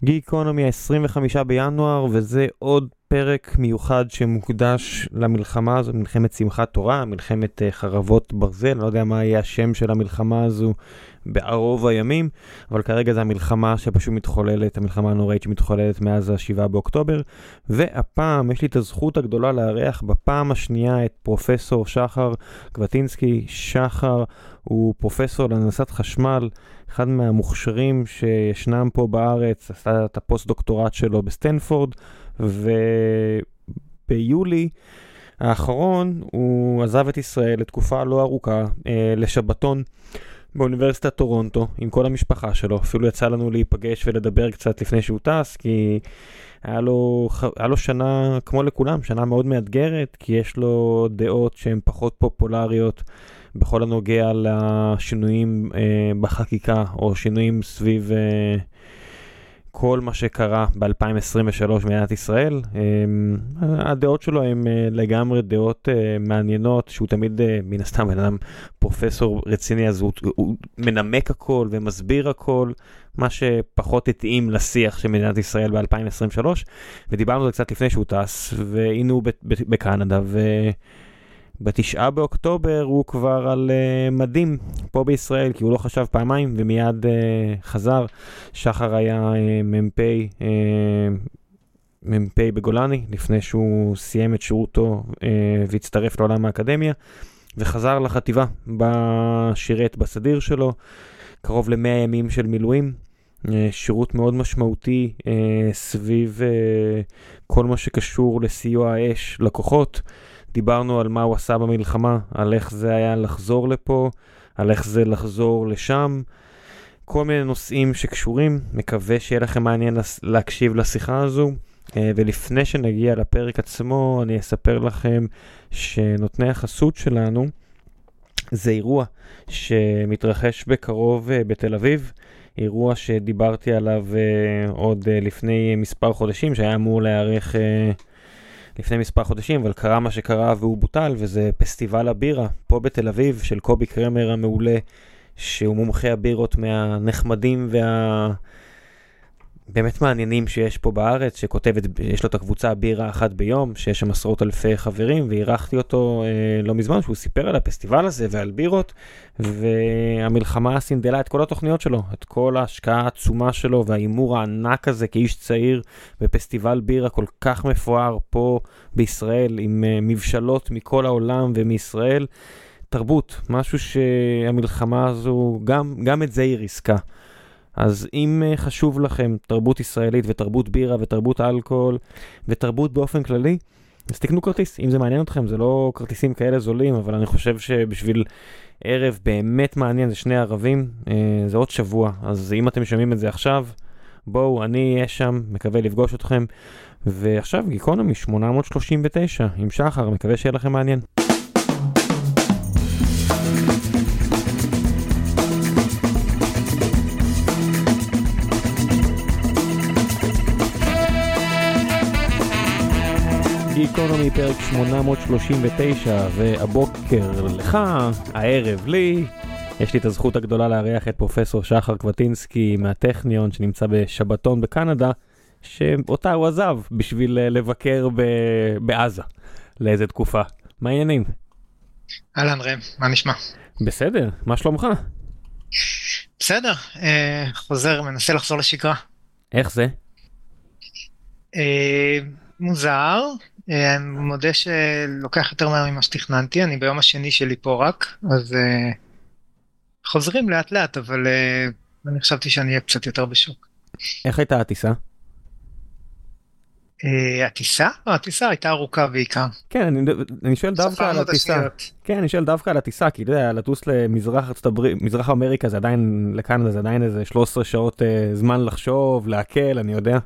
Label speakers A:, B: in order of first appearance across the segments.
A: גיקונומי ה-25 בינואר, וזה עוד פרק מיוחד שמוקדש למלחמה הזו, מלחמת שמחת תורה, מלחמת חרבות ברזל, לא יודע מה יהיה השם של המלחמה הזו בערוב הימים, אבל כרגע זה המלחמה שפשוט מתחוללת, המלחמה הנוראית שמתחוללת מאז ה-7 באוקטובר, והפעם יש לי את הזכות הגדולה לארח בפעם השנייה את פרופסור שחר קבטינסקי. שחר הוא פרופסור להנדסת חשמל, אחד מהמוכשרים שישנם פה בארץ, עשה את הפוסט-דוקטורט שלו בסטנפורד, וביולי האחרון הוא עזב את ישראל לתקופה לא ארוכה לשבתון באוניברסיטת טורונטו עם כל המשפחה שלו. אפילו יצא לנו להיפגש ולדבר קצת לפני שהוא טס, כי היה לו שנה כמו לכולם, שנה מאוד מאתגרת, כי יש לו דעות שהן פחות פופולריות בכל הנוגע לשינויים בחקיקה, או שינויים סביב כל מה שקרה ב-2023 במדינת ישראל. הדעות שלו הן לגמרי דעות מעניינות, שהוא תמיד מן הסתם בן אדם פרופסור רציני, אז הוא מנמק הכל ומסביר הכל, מה שפחות התאים לשיח של מדינת ישראל ב-2023, ודיברנו על זה קצת לפני שהוא טס, והנה הוא בקנדה, ב9 באוקטובר הוא כבר על מדים פה בישראל, כי הוא לא חשב פעמיים ומיד חזר. שחר היה מ"פ בגולני לפני שהוא סיים את שירותו והצטרף לעולם האקדמיה, וחזר לחטיבה בשירת בסדיר שלו, קרוב ל100 ימים של מילואים, שירות מאוד משמעותי סביב כל מה שקשור לסיוע האש לכוחות. דיברנו על מה הוא עשה במלחמה, על איך זה היה לחזור לפה, על איך זה לחזור לשם, כל מיני נושאים שקשורים. מקווה שיהיה לכם מעניין להקשיב לשיחה הזו, ולפני שנגיע לפרק עצמו, אני אספר לכם שנותני החסות שלנו, זה אירוע שמתרחש בקרוב בתל אביב, אירוע שדיברתי עליו עוד לפני מספר חודשים, שהיה אמור להיערך לפני מספר חודשים, אבל קרה מה שקרה והוא בוטל, וזה פסטיבל הבירה פה בתל אביב של קובי קרמר המעולה, שהוא מומחה הבירות מהנחמדים באמת מעניינים שיש פה בארץ, שכותבת, יש לו את הקבוצה בירה אחת ביום, שיש שם עשרות אלפי חברים, והירחתי אותו לא מזמן, שהוא סיפר על הפסטיבל הזה ועל בירות, והמלחמה סינדלה את כל התוכניות שלו, את כל ההשקעה העצומה שלו, והאימור הענק הזה כאיש צעיר בפסטיבל בירה כל כך מפואר פה בישראל, עם מבשלות מכל העולם ומישראל. תרבות, משהו שהמלחמה הזו, גם את זה היא ריסקה. אז אם חשוב לכם תרבות ישראלית ותרבות בירה ותרבות אלכוהול ותרבות באופן כללי, אז תקנו כרטיס. אם זה מעניין אתכם, זה לא כרטיסים כאלה זולים, אבל אני חושב שבשביל ערב באמת מעניין, זה שני ערבים, זה עוד שבוע. אז אם אתם שומעים את זה עכשיו, בואו, אני אהיה שם, מקווה לפגוש אתכם. ועכשיו גיקונומי 839 עם שחר, מקווה שיהיה לכם מעניין. גיקונומי פרק 839, והבוקר לך, הערב לי, יש לי את הזכות הגדולה לארח את פרופסור שחר קבטינסקי מהטכניון, שנמצא בשבתון בקנדה, שאותה הוא עזב בשביל לבקר בעזה לאיזה תקופה. מה העניינים?
B: אהלן רם, מה נשמע?
A: בסדר, מה שלומך?
B: בסדר, חוזר, מנסה לחזור לשגרה.
A: איך זה?
B: מוזר, אני מודה שלוקח יותר מהר ממה שתכננתי, אני ביום השני שלי פה רק, אז חוזרים לאט לאט, אבל אני חשבתי שאני אהיה קצת יותר בשוק.
A: איך הייתה הטיסה?
B: הטיסה? הטיסה הייתה ארוכה בעיקר.
A: כן, אני שואל דווקא על הטיסה. כן, אני שואל דווקא על הטיסה, כי אתה יודע, לטוס למזרח ארצות הברית, מזרח אמריקה זה עדיין, לקנדה זה עדיין איזה 13 שעות זמן לחשוב, להקל, אני יודע.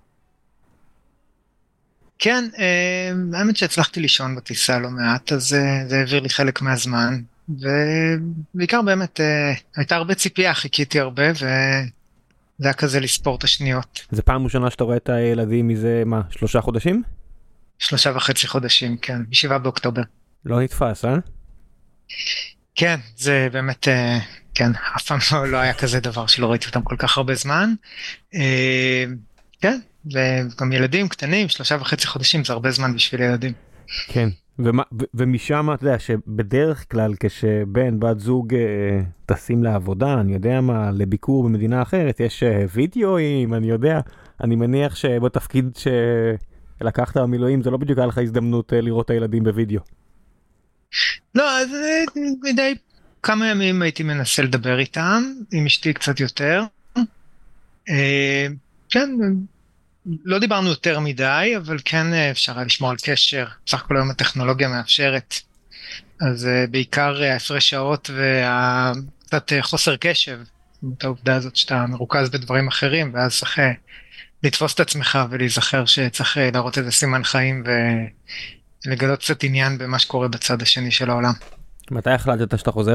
B: כן, האמת שהצלחתי לישון בטיסה לא מעט, אז זה העביר לי חלק מהזמן, ובעיקר באמת הייתה הרבה ציפייה, חיכיתי הרבה, וזה היה כזה לספור את השניות.
A: זה פעם ראשונה שאתה רואה את הילדים מזה, מה, 3 חודשים?
B: 3.5 חודשים, כן, ב7 באוקטובר.
A: לא נתפס, אה?
B: כן, זה באמת, כן, אף פעם לא היה כזה דבר שלא ראיתי אותם כל כך הרבה זמן. כן, וגם ילדים קטנים, 3.5 חודשים, זה הרבה זמן בשביל ילדים.
A: כן, ומשם אתה יודע שבדרך כלל כשבן בת זוג טסים לעבודה, אני יודע מה, לביקור במדינה אחרת, יש וידאוים, אני יודע, אני מניח שבתפקיד שלקחת במילואים, זה לא בדיוק היה לך הזדמנות לראות את הילדים בווידאו.
B: לא, אז מדי כמה ימים הייתי מנסה לדבר איתם, עם אשתי קצת יותר. כן, לא דיברנו יותר מדי, אבל כן אפשר היה לשמור על קשר, בסך הכל היום הטכנולוגיה מאפשרת. אז בעיקר ההפרש שעות וקצת חוסר קשב, את העובדה הזאת שאתה מרוכז בדברים אחרים, ואז צריך לתפוס את עצמך ולהיזכר שצריך להראות איזה סימן חיים ולגלות קצת עניין במה שקורה בצד השני של העולם.
A: מתי החלטת שאתה חוזר?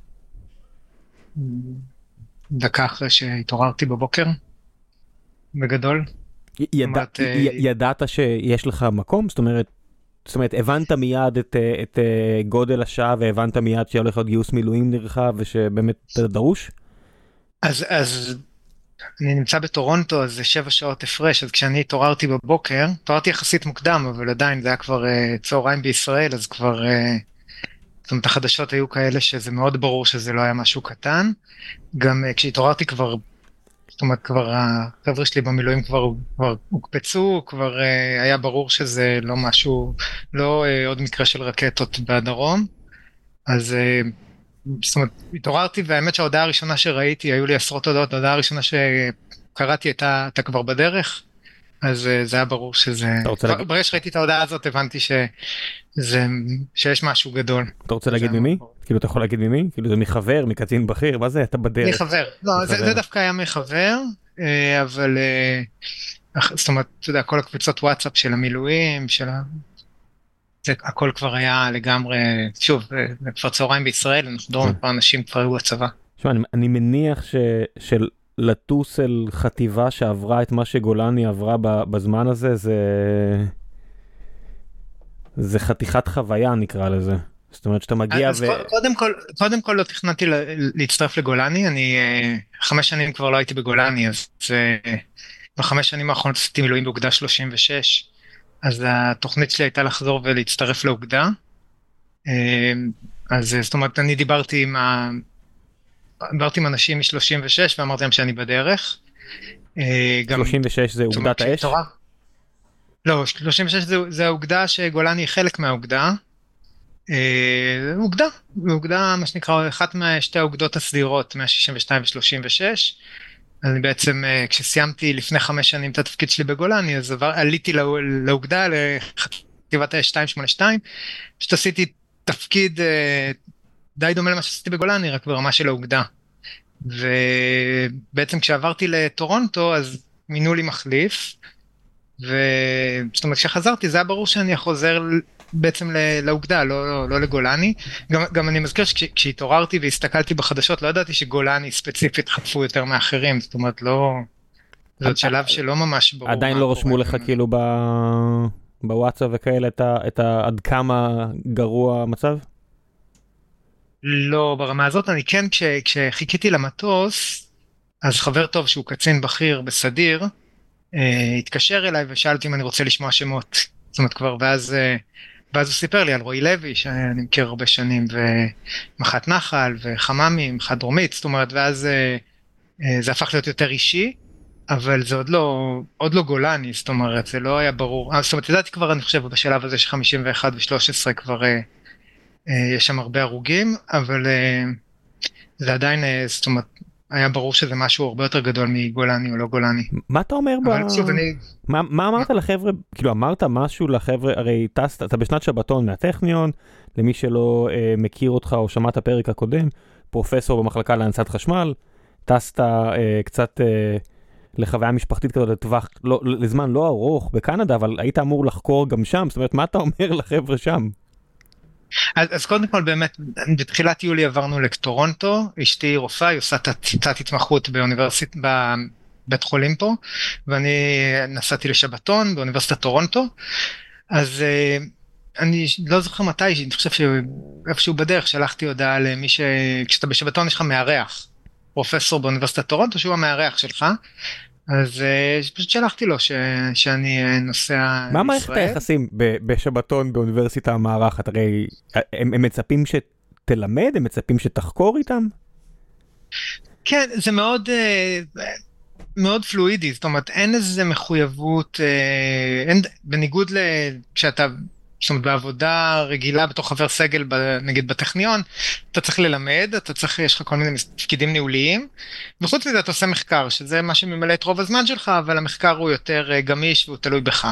B: דקה אחרי שהתעוררתי בבוקר, בגדול.
A: ידעת שיש לך מקום? זאת אומרת, הבנת מיד את גודל השעה, והבנת מיד שהולך להיות גיוס מילואים נרחב, ושבאמת אתה דרוש?
B: אז אני נמצא בטורונטו, אז זה 7 שעות הפרש, אז כשאני התעוררתי בבוקר, התעוררתי יחסית מוקדם, אבל עדיין זה היה כבר צהריים בישראל, אז כבר, זאת אומרת, החדשות היו כאלה שזה מאוד ברור שזה לא היה משהו קטן. גם כשהתעוררתי כבר, זאת אומרת, כבר החבר'ה שלי במילואים כבר הוקפצו, כבר היה ברור שזה לא משהו, לא עוד מקרה של רקטות בדרום. אז זאת אומרת, התעוררתי, והאמת שההודעה הראשונה שראיתי, היו לי עשרות הודעות, ההודעה הראשונה שקראתי הייתה כבר בדרך, אז זה היה ברור שזה, ברגע שראיתי את ההודעה הזאת, הבנתי שיש משהו גדול.
A: אתה רוצה להגיד ממי? כאילו, אתה יכול להגיד ממי? כאילו, זה מחבר, מקצין בכיר, מה זה? אתה בדרך.
B: מחבר. לא, זה דווקא היה מחבר, אבל, זאת אומרת, אתה יודע, כל הקבוצות וואטסאפ של המילואים, הכל כבר היה לגמרי, שוב, כבר צהריים בישראל, אנחנו מדברים פה אנשים כבר היו בצבא.
A: תשמע, אני מניח שלטוס אל חטיבה שעברה את מה שגולני עברה בזמן הזה, זה חתיכת חוויה נקרא לזה. זאת אומרת שאתה מגיע
B: אז קודם כל לא תכננתי להצטרף לגולני, אני 5 שנים כבר לא הייתי בגולני, אז ב5 שנים האחרונות עשיתי מילואים באוגדה 36, אז התוכנית שלי הייתה לחזור ולהצטרף לאוגדה. אז זאת אומרת, אני דיברתי עם אנשים מ-36 ואמרתי להם שאני בדרך.
A: 36 זה אוגדת האש?
B: לא, 36 זה האוגדה שגולני היא חלק מהאוגדה. אוגדה, מה שנקרא, אחת משתי האוגדות הסדירות, 162 ו-36. אני בעצם, כשסיימתי לפני 5 שנים את התפקיד שלי בגולני, אז עליתי לאוגדה, לחטיבת האש 282, פשוט עשיתי תפקיד די דומה למה שעשיתי בגולני, רק ברמה של האוגדה. ובעצם כשעברתי לטורונטו, אז מינו לי מחליף, זאת אומרת, כשחזרתי, זה היה ברור שאני חוזר בעצם לאוגדה, לא לגולני. גם אני מזכיר שכשהתעוררתי והסתכלתי בחדשות, לא ידעתי שגולני ספציפית חטפו יותר מאחרים, זאת אומרת, לא, זאת שלב שלא ממש ברור.
A: עדיין לא רשמו לך כאילו בוואטסאפ וכאלה את עד כמה גרוע המצב?
B: לא, ברמה הזאת, אני כן, כשחיכיתי למטוס, אז חבר טוב שהוא קצין בכיר בסדיר, התקשר אליי ושאלתי אם אני רוצה לשמוע שמות. זאת אומרת כבר, ואז הוא סיפר לי על רועי לוי, שאני מכיר הרבה שנים, ומח"ט נחל, וחממי, מח"ט דרומית, זאת אומרת, ואז זה הפך להיות יותר אישי, אבל זה עוד לא גולני, זאת אומרת, זה לא היה ברור. זאת אומרת, ידעתי כבר, אני חושב, בשלב הזה ש51 ו13 כבר יש שם הרבה הרוגים, אבל זה עדיין, זאת אומרת, היה ברור שזה משהו הרבה יותר גדול מגולני או לא גולני.
A: מה אתה אומר מה אמרת לחבר'ה, כאילו אמרת משהו לחבר'ה, הרי אתה בשנת שבתון מהטכניון, למי שלא מכיר אותך או שמע את הפרק הקודם, פרופסור במחלקה להנדסת חשמל, טסת קצת לחוויה משפחתית כזאת לטווח, לזמן לא ארוך בקנדה, אבל היית אמור לחקור גם שם, זאת אומרת, מה אתה אומר לחבר'ה שם?
B: אז קודם כל באמת, בתחילת יולי עברנו לטורונטו, אשתי רופאה, היא עושה תת התמחות בבית חולים פה, ואני נסעתי לשבתון באוניברסיטת טורונטו, אז אני לא זוכר מתי, אני חושב שאיפשהו בדרך שלחתי הודעה למי כשאתה בשבתון יש לך מארח, פרופסור באוניברסיטת טורונטו שהוא המארח שלך, אז פשוט שלחתי לו שאני נוסע
A: מה מערכת
B: לישראל.
A: היחסים בשבתון באוניברסיטה המארחת? הרי הם מצפים שתלמד, הם מצפים שתחקור איתם?
B: כן, זה מאוד, מאוד פלואידי, זאת אומרת, אין איזה מחויבות, בניגוד כשאתה, זאת אומרת, בעבודה רגילה בתור חבר סגל, נגיד בטכניון, אתה צריך ללמד, יש לך כל מיני תפקידים ניהוליים, וחוץ מזה אתה עושה מחקר, שזה מה שממלא את רוב הזמן שלך, אבל המחקר הוא יותר גמיש והוא תלוי בך.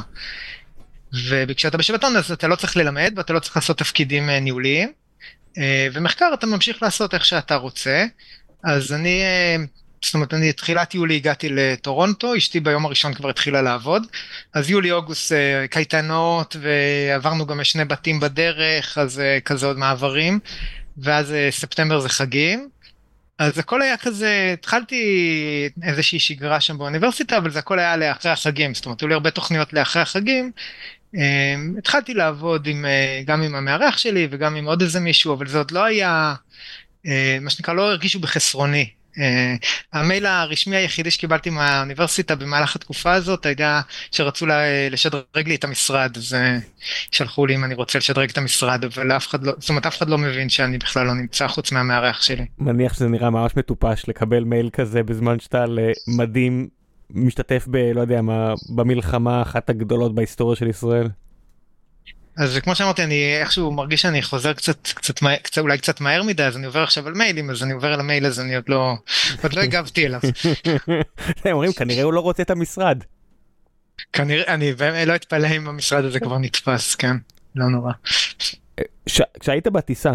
B: וכשאתה בשבתון אז אתה לא צריך ללמד, ואתה לא צריך לעשות תפקידים ניהוליים, ומחקר אתה ממשיך לעשות איך שאתה רוצה. אז זאת אומרת, אני תחילת יולי הגעתי לטורונטו, אשתי ביום הראשון כבר התחילה לעבוד, אז יולי-אוגוסט קייטנות, ועברנו גם 2 בתים בדרך, אז כזה עוד מעברים, ואז ספטמבר זה חגים, אז הכל היה כזה, התחלתי איזושהי שגרה שם באוניברסיטה, אבל זה הכל היה לאחרי החגים, זאת אומרת, היו לי הרבה תוכניות לאחרי החגים, התחלתי לעבוד גם עם המארח שלי וגם עם עוד איזה מישהו, אבל זה עוד לא היה, מה שנקרא, לא הרגישו בחסרוני. המייל הרשמי היחידי שקיבלתי מהאוניברסיטה במהלך התקופה הזאת היה שרצו לשדרג לי את המשרד, אז שלחו לי אם אני רוצה לשדרג את המשרד, אבל אף אחד לא מבין שאני בכלל לא נמצא חוץ מהמארח שלי.
A: מניח שזה נראה ממש מטופש לקבל מייל כזה בזמן שאתה למדים משתתף לא יודע מה, במלחמה אחת הגדולות בהיסטוריה של ישראל.
B: אז כמו שאמרתי, אני איכשהו מרגיש שאני חוזר אולי קצת מהר מדי, אז אני עובר עכשיו על מיילים, אז אני עובר על המייל, אז אני עוד לא הגבתי אליו.
A: הם אומרים, כנראה הוא לא רוצה את המשרד.
B: כנראה, אני לא אתפלא אם המשרד הזה כבר נתפס, כן, לא נורא.
A: כשהיית בטיסה,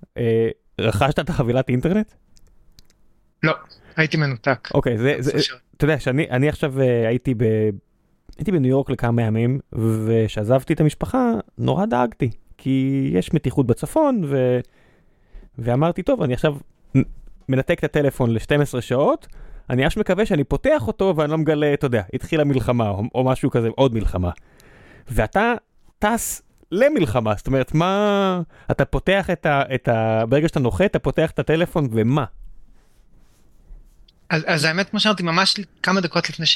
A: רכשת את החבילת אינטרנט?
B: לא, הייתי מנותק.
A: אוקיי, אתה יודע, שאני עכשיו הייתי בניו יורק לכמה ימים, ושעזבתי את המשפחה, נורא דאגתי, כי יש מתיחות בצפון, ואמרתי, טוב, אני עכשיו מנתק את הטלפון ל-12 שעות, אני ממש מקווה שאני פותח אותו, ואני לא מגלה, אתה יודע, התחילה מלחמה, או משהו כזה, עוד מלחמה. ואתה טס למלחמה, זאת אומרת, מה, אתה פותח ברגע שאתה נוחת, אתה פותח את הטלפון, ומה?
B: אז האמת, כמו שאמרתי, ממש כמה דקות לפני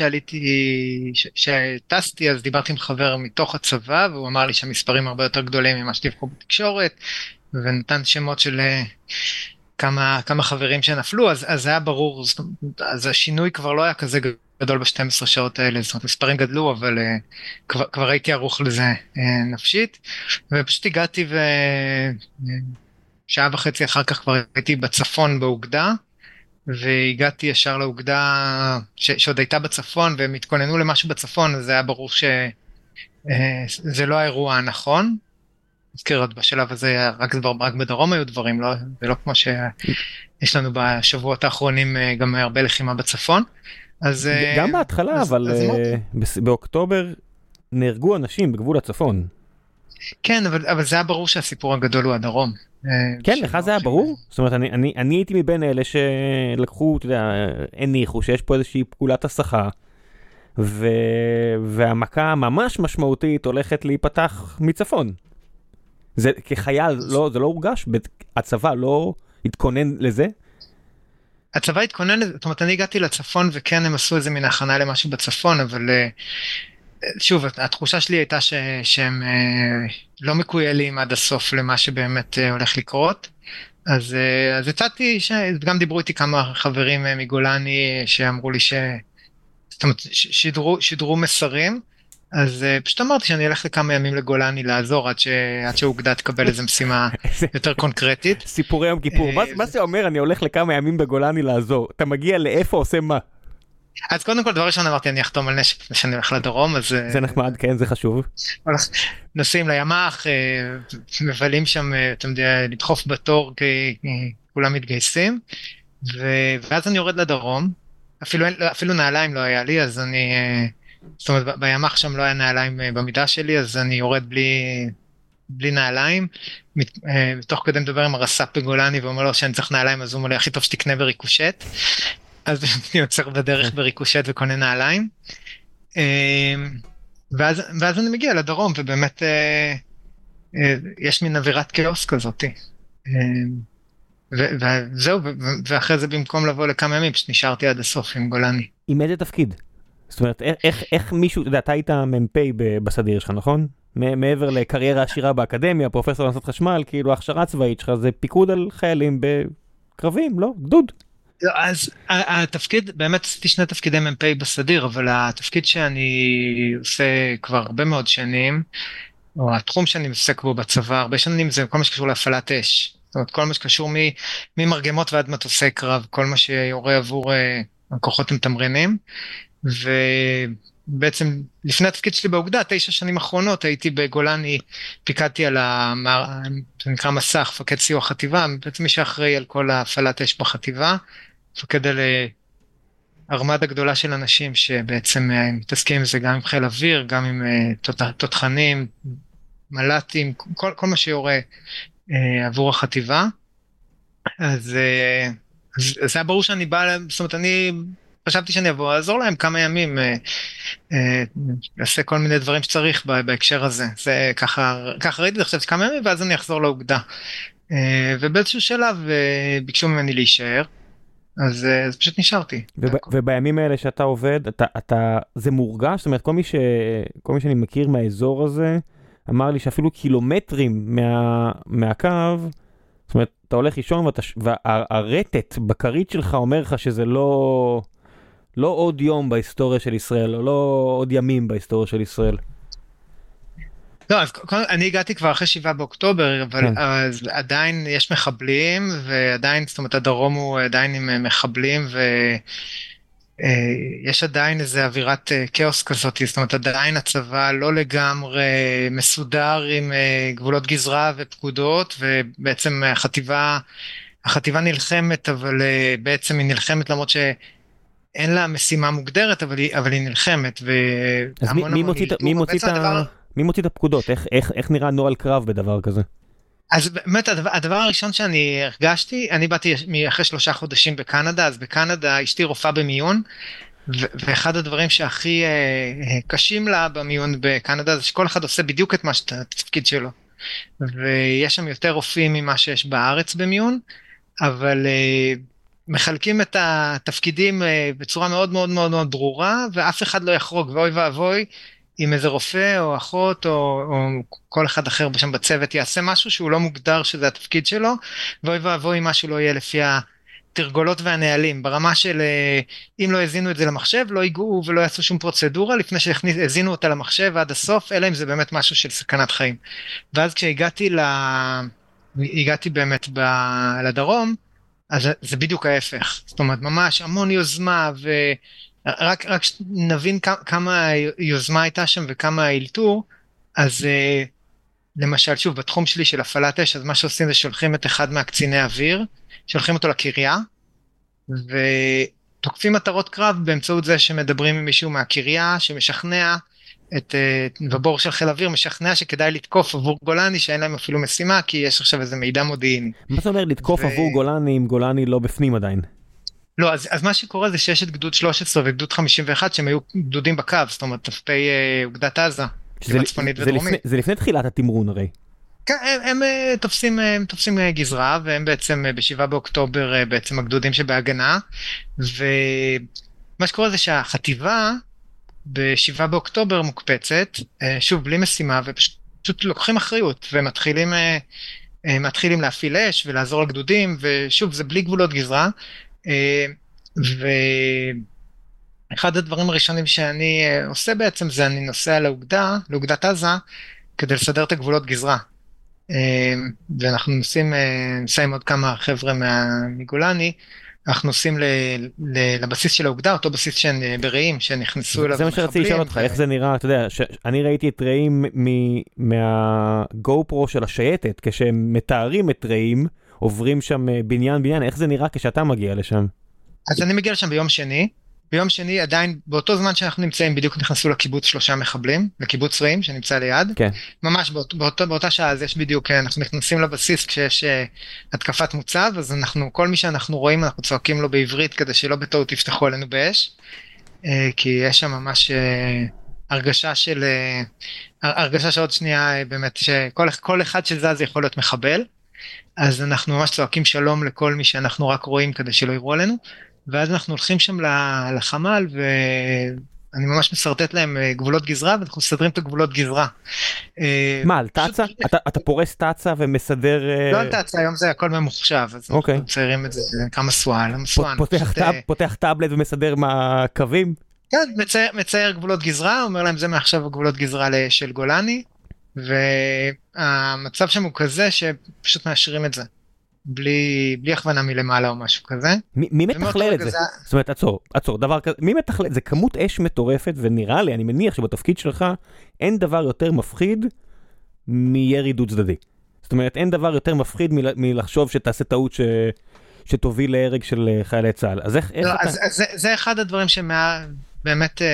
B: שטסתי, אז דיברתי עם חבר מתוך הצבא, והוא אמר לי שהמספרים הרבה יותר גדולים ממה שדיווחו בתקשורת, ונתן שמות של כמה חברים שנפלו, אז היה ברור, אז השינוי כבר לא היה כזה גדול ב-12 שעות האלה, זאת אומרת, מספרים גדלו, אבל כבר הייתי ערוך לזה נפשית, ופשוט הגעתי ושעה וחצי אחר כך כבר הייתי בצפון באוגדה, והגעתי ישר לאוגדה שעוד הייתה בצפון, והם התכוננו למשהו בצפון, אז זה היה ברור שזה לא האירוע הנכון. נזכיר עוד בשלב הזה, רק בדרום היו דברים, זה לא כמו שיש לנו בשבועות האחרונים גם הרבה לחימה בצפון.
A: גם בהתחלה, אבל באוקטובר נהרגו אנשים בגבול הצפון.
B: כן, אבל זה היה ברור שהסיפור הגדול הוא הדרום.
A: כן, לך זה היה ברור? זאת אומרת, אני הייתי מבין אלה שלקחו, אתה יודע, הניחו שיש פה איזושהי פקולת הסחה, והמכה ממש משמעותית הולכת להיפתח מצפון. זה כחייל, זה לא הורגש? הצבא לא התכונן לזה?
B: הצבא התכונן לזה, זאת אומרת, אני הגעתי לצפון, וכן הם עשו איזה מין הכנה למשהו בצפון, אבל שוב, התחושה שלי הייתה שהם לא מקוילים עד הסוף למה שבאמת הולך לקרות. אז הצעתי, גם דיברו איתי כמה חברים מגולני שאמרו לי זאת אומרת, שידרו מסרים, אז פשוט אמרתי שאני אלך לכמה ימים לגולני לעזור עד שהאוגדה תקבל איזו משימה יותר קונקרטית.
A: סיפורי יום כיפור, מה זה אומר אני הולך לכמה ימים בגולני לעזור? אתה מגיע לאיפה עושה מה?
B: אז קודם כל דבר ראשון אמרתי אני אחתום על נשק לפני שאני הולך לדרום, אז
A: זה נחמד, כן, זה חשוב.
B: נוסעים לימ"ח, מבלים שם, אתם יודעים, לדחוף בתור כי כולם מתגייסים, ואז אני יורד לדרום, אפילו נעליים לא היה לי, אז זאת אומרת בימ"ח שם לא היה נעליים במידה שלי, אז אני יורד בלי נעליים, מתוך כדי מדבר עם הרס"פ בגולני ואומר לו שאני צריך נעליים, אז הוא אומר לי הכי טוב שתקנה בריקושט, אז אני יוצר בדרך בריקושט וקונה נעליים, ואז אני מגיע לדרום, ובאמת יש מין אווירת כאוס כזאת, וזהו, ואחרי זה במקום לבוא לכמה ימים, פשוט נשארתי עד הסוף עם גולני.
A: עם איזה תפקיד? זאת אומרת, איך מישהו, אתה יודע, אתה היית מ"פ בסדיר שלך, נכון? מעבר לקריירה עשירה באקדמיה, פרופסור לעשות חשמל, כאילו ההכשרה הצבאית שלך זה פיקוד על חיילים בקרבים, לא? גדוד.
B: אז התפקיד, באמת עשיתי שני תפקידי מ"פ בסדיר, אבל התפקיד שאני עושה כבר הרבה מאוד שנים, או התחום שאני מתעסק בו בצבא, הרבה שנים זה כל מה שקשור להפעלת אש. זאת אומרת, כל מה שקשור ממרגמות ועד מטוסי קרב, כל מה שיורה עבור הכוחות מתמרנים. ובעצם לפני התפקיד שלי באוגדה, 9 שנים אחרונות, הייתי בגולני, פיקדתי על זה נקרא מסך, מפקד סיוע חטיבה, בעצם מי שאחראי על כל ההפעלת אש בחטיבה, מפקד על ארמדה גדולה של אנשים שבעצם מתעסקים עם זה גם עם חיל אוויר, גם עם תותחנים, מל"טים, כל מה שיורה עבור החטיבה. אז זה היה ברור שאני בא, זאת אומרת, אני חשבתי שאני אבוא לעזור להם כמה ימים, לעשה כל מיני דברים שצריך בהקשר הזה. זה ככה ראיתי, חשבתי כמה ימים, ואז אני אחזור לאוגדה. ובאיזשהו שלב ביקשו ממני להישאר, אז פשוט נשארתי.
A: ובימים האלה שאתה עובד, זה מורגש? זאת אומרת, כל מי שאני מכיר מהאזור הזה, אמר לי שאפילו קילומטרים מהקו, זאת אומרת, אתה הולך לישון והרטט בקרית שלך אומר לך שזה לא עוד יום בהיסטוריה של ישראל, או לא עוד ימים בהיסטוריה של ישראל.
B: לא, אז אני הגעתי כבר אחרי 7 באוקטובר, אבל אז עדיין יש מחבלים, ועדיין, זאת אומרת, הדרום הוא עדיין עם מחבלים, ויש עדיין איזו אווירת כאוס כזאת, זאת אומרת, עדיין הצבא לא לגמרי מסודר עם גבולות גזרה ופקודות, ובעצם החטיבה נלחמת, אבל בעצם היא נלחמת למרות שאין לה משימה מוגדרת, אבל היא נלחמת, והמון
A: מי מוציא את הפקודות? איך נראה נוהל קרב בדבר כזה?
B: אז באמת הדבר הראשון שאני הרגשתי, אני באתי אחרי 3 חודשים בקנדה, אז בקנדה אשתי רופאה במיון, ואחד הדברים שהכי קשים לה במיון בקנדה, זה שכל אחד עושה בדיוק את התפקיד שלו. ויש שם יותר רופאים ממה שיש בארץ במיון, אבל מחלקים את התפקידים בצורה מאוד מאוד מאוד מאוד ברורה, ואף אחד לא יחרוג, ואוי ואבוי, אם איזה רופא או אחות או כל אחד אחר שם בצוות יעשה משהו שהוא לא מוגדר שזה התפקיד שלו, ואוי ואבוי אם משהו לא יהיה לפי התרגולות והנהלים, ברמה של אם לא הזינו את זה למחשב, לא ייגעו ולא יעשו שום פרוצדורה, לפני שהזינו אותה למחשב עד הסוף, אלא אם זה באמת משהו של סכנת חיים. ואז כשהגעתי באמת לדרום, אז זה בדיוק ההפך, זאת אומרת ממש המון יוזמה רק נבין כמה יוזמה הייתה שם וכמה האילתור, אז למשל, שוב, בתחום שלי של הפעלת אש, אז מה שעושים זה שולחים את אחד מהקציני אוויר, שולחים אותו לקריה, ותוקפים מטרות קרב באמצעות זה שמדברים עם מישהו מהקריה, שמשכנע ובור של חיל אוויר, משכנע שכדאי לתקוף עבור גולני, שאין להם אפילו משימה, כי יש עכשיו איזה מידע מודיעיני.
A: מה זאת אומרת לתקוף עבור גולני, אם גולני לא בפנים עדיין?
B: לא, אז מה שקורה זה שיש את גדוד 13 וגדוד 51 שהם היו גדודים בקו, זאת אומרת, ת"פי אוגדת עזה, צפונית ודרומית.
A: זה לפני תחילת התמרון הרי.
B: כן, הם תופסים גזרה, והם בעצם ב7 באוקטובר בעצם הגדודים שבהגנה, ומה שקורה זה שהחטיבה ב7 באוקטובר מוקפצת, שוב בלי משימה, ופשוט לוקחים אחריות, ומתחילים להפעיל אש ולעזור לגדודים, ושוב זה בלי גבולות גזרה, ואחד הדברים הראשונים שאני עושה בעצם זה אני נוסע לאוגדת עזה כדי לסדר את הגבולות גזרה, ואנחנו נוסעים עם עוד כמה חבר'ה מגולני, אנחנו נוסעים לבסיס של האוגדה, אותו בסיס ברעים שנכנסו אליו.
A: זה מה שרציתי לשאול אותך, איך זה נראה, אתה יודע, אני ראיתי את רעים מהגו פרו של השייטת, כשהם מתארים את רעים, עוברים שם בניין, איך זה נראה כשאתה מגיע לשם?
B: אז אני מגיע לשם ביום שני עדיין, באותו זמן שאנחנו נמצאים, בדיוק נכנסו לקיבוץ 3 מחבלים, לקיבוץ רעים שנמצא ליד,
A: כן.
B: ממש באותה שעה, אז יש בדיוק, אנחנו נכנסים לבסיס כשיש התקפת מוצב, אז כל מי שאנחנו רואים, אנחנו צועקים לו בעברית, כדי שלא בטעות יפתחו עלינו באש, כי יש שם ממש הרגשה שעוד שנייה, באמת, שכל אחד שזז יכול להיות מחבל, אז אנחנו ממש צועקים שלום לכל מי שאנחנו רק רואים כדי שלא יראו עלינו, ואז אנחנו הולכים שם לחמ"ל אני ממש מסרטט להם גבולות גזרה, ואנחנו מסדרים את הגבולות גזרה.
A: מה, על תצה? אתה פורס תצה ומסדר...
B: לא על תצה, היום זה הכל ממוחשב, אז אנחנו מציירים את זה כמה סואל.
A: פותח טאבלט ומסדר מה קווים?
B: כן, מצייר גבולות גזרה, אומר להם זה מעכשיו גבולות גזרה של גולני, והמצב שם הוא כזה שפשוט מאשרים את זה. בלי הכוונה מלמעלה או משהו כזה.
A: מי מתכלל את זה? זאת אומרת, עצור, דבר כזה, מי מתכלל? זה כמות אש מטורפת, ונראה לי, אני מניח שבתפקיד שלך, אין דבר יותר מפחיד מירי דו צדדי. זאת אומרת, אין דבר יותר מפחיד מלחשוב שתעשה טעות שתוביל להרג של חיילי צה"ל. אז איך אתה...
B: זה אחד הדברים שבאמת,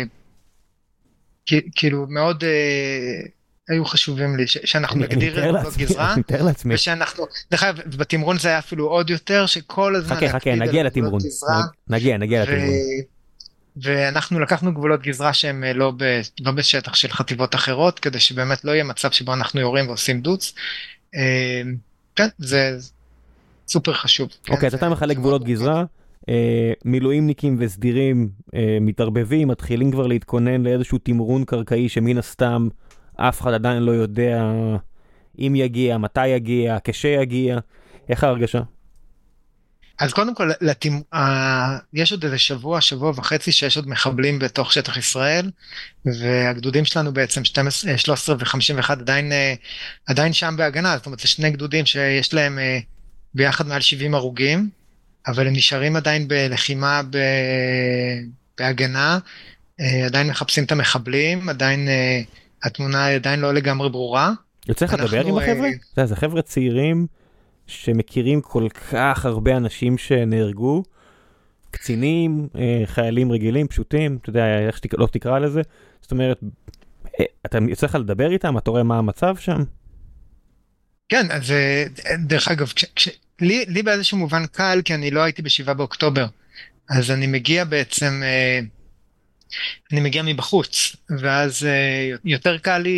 B: כאילו, מאוד... היו חשובים לי, שאנחנו נגדיר את גבולות גזרה, ושאנחנו, דרך אגב, בתמרון זה היה אפילו עוד יותר, שכל הזמן
A: חכה, נגיע לתמרון, נגיע לתמרון.
B: ואנחנו לקחנו גבולות גזרה שהם לא בשטח של חטיבות אחרות, כדי שבאמת לא יהיה מצב שבו אנחנו יורים ועושים דוץ. כן, זה סופר חשוב.
A: אוקיי, אז אתה מחלק גבולות גזרה, מילואימניקים וסדירים מתערבבים, מתחילים כבר להתכונן לאיזשהו תמרון קרקעי שמן הסתם, אף אחד עדיין לא יודע אם יגיע, מתי יגיע, כשיגיע. איך ההרגשה?
B: אז קודם כל, יש עוד איזה שבוע וחצי שיש עוד מחבלים בתוך שטח ישראל, והגדודים שלנו בעצם 13 ו-51 עדיין שם בהגנה, זאת אומרת, זה שני גדודים שיש להם ביחד מעל 70 הרוגים, אבל הם נשארים עדיין בלחימה בהגנה, עדיין מחפשים את המחבלים, עדיין... התמונה עדיין לא לגמרי ברורה.
A: יוצא לך לדבר עם החבר'ה? זה חבר'ה צעירים שמכירים כל כך הרבה אנשים שנהרגו, קצינים, חיילים רגילים, פשוטים, אתה יודע, איך שלא תקרא לזה. זאת אומרת, אתה יוצא לך לדבר איתם? אתה רואה מה המצב שם?
B: כן, אז דרך אגב, לי באיזשהו מובן קל, כי אני לא הייתי ב7 באוקטובר, אז אני מגיע בעצם... אני מגיע מבחוץ, ואז יותר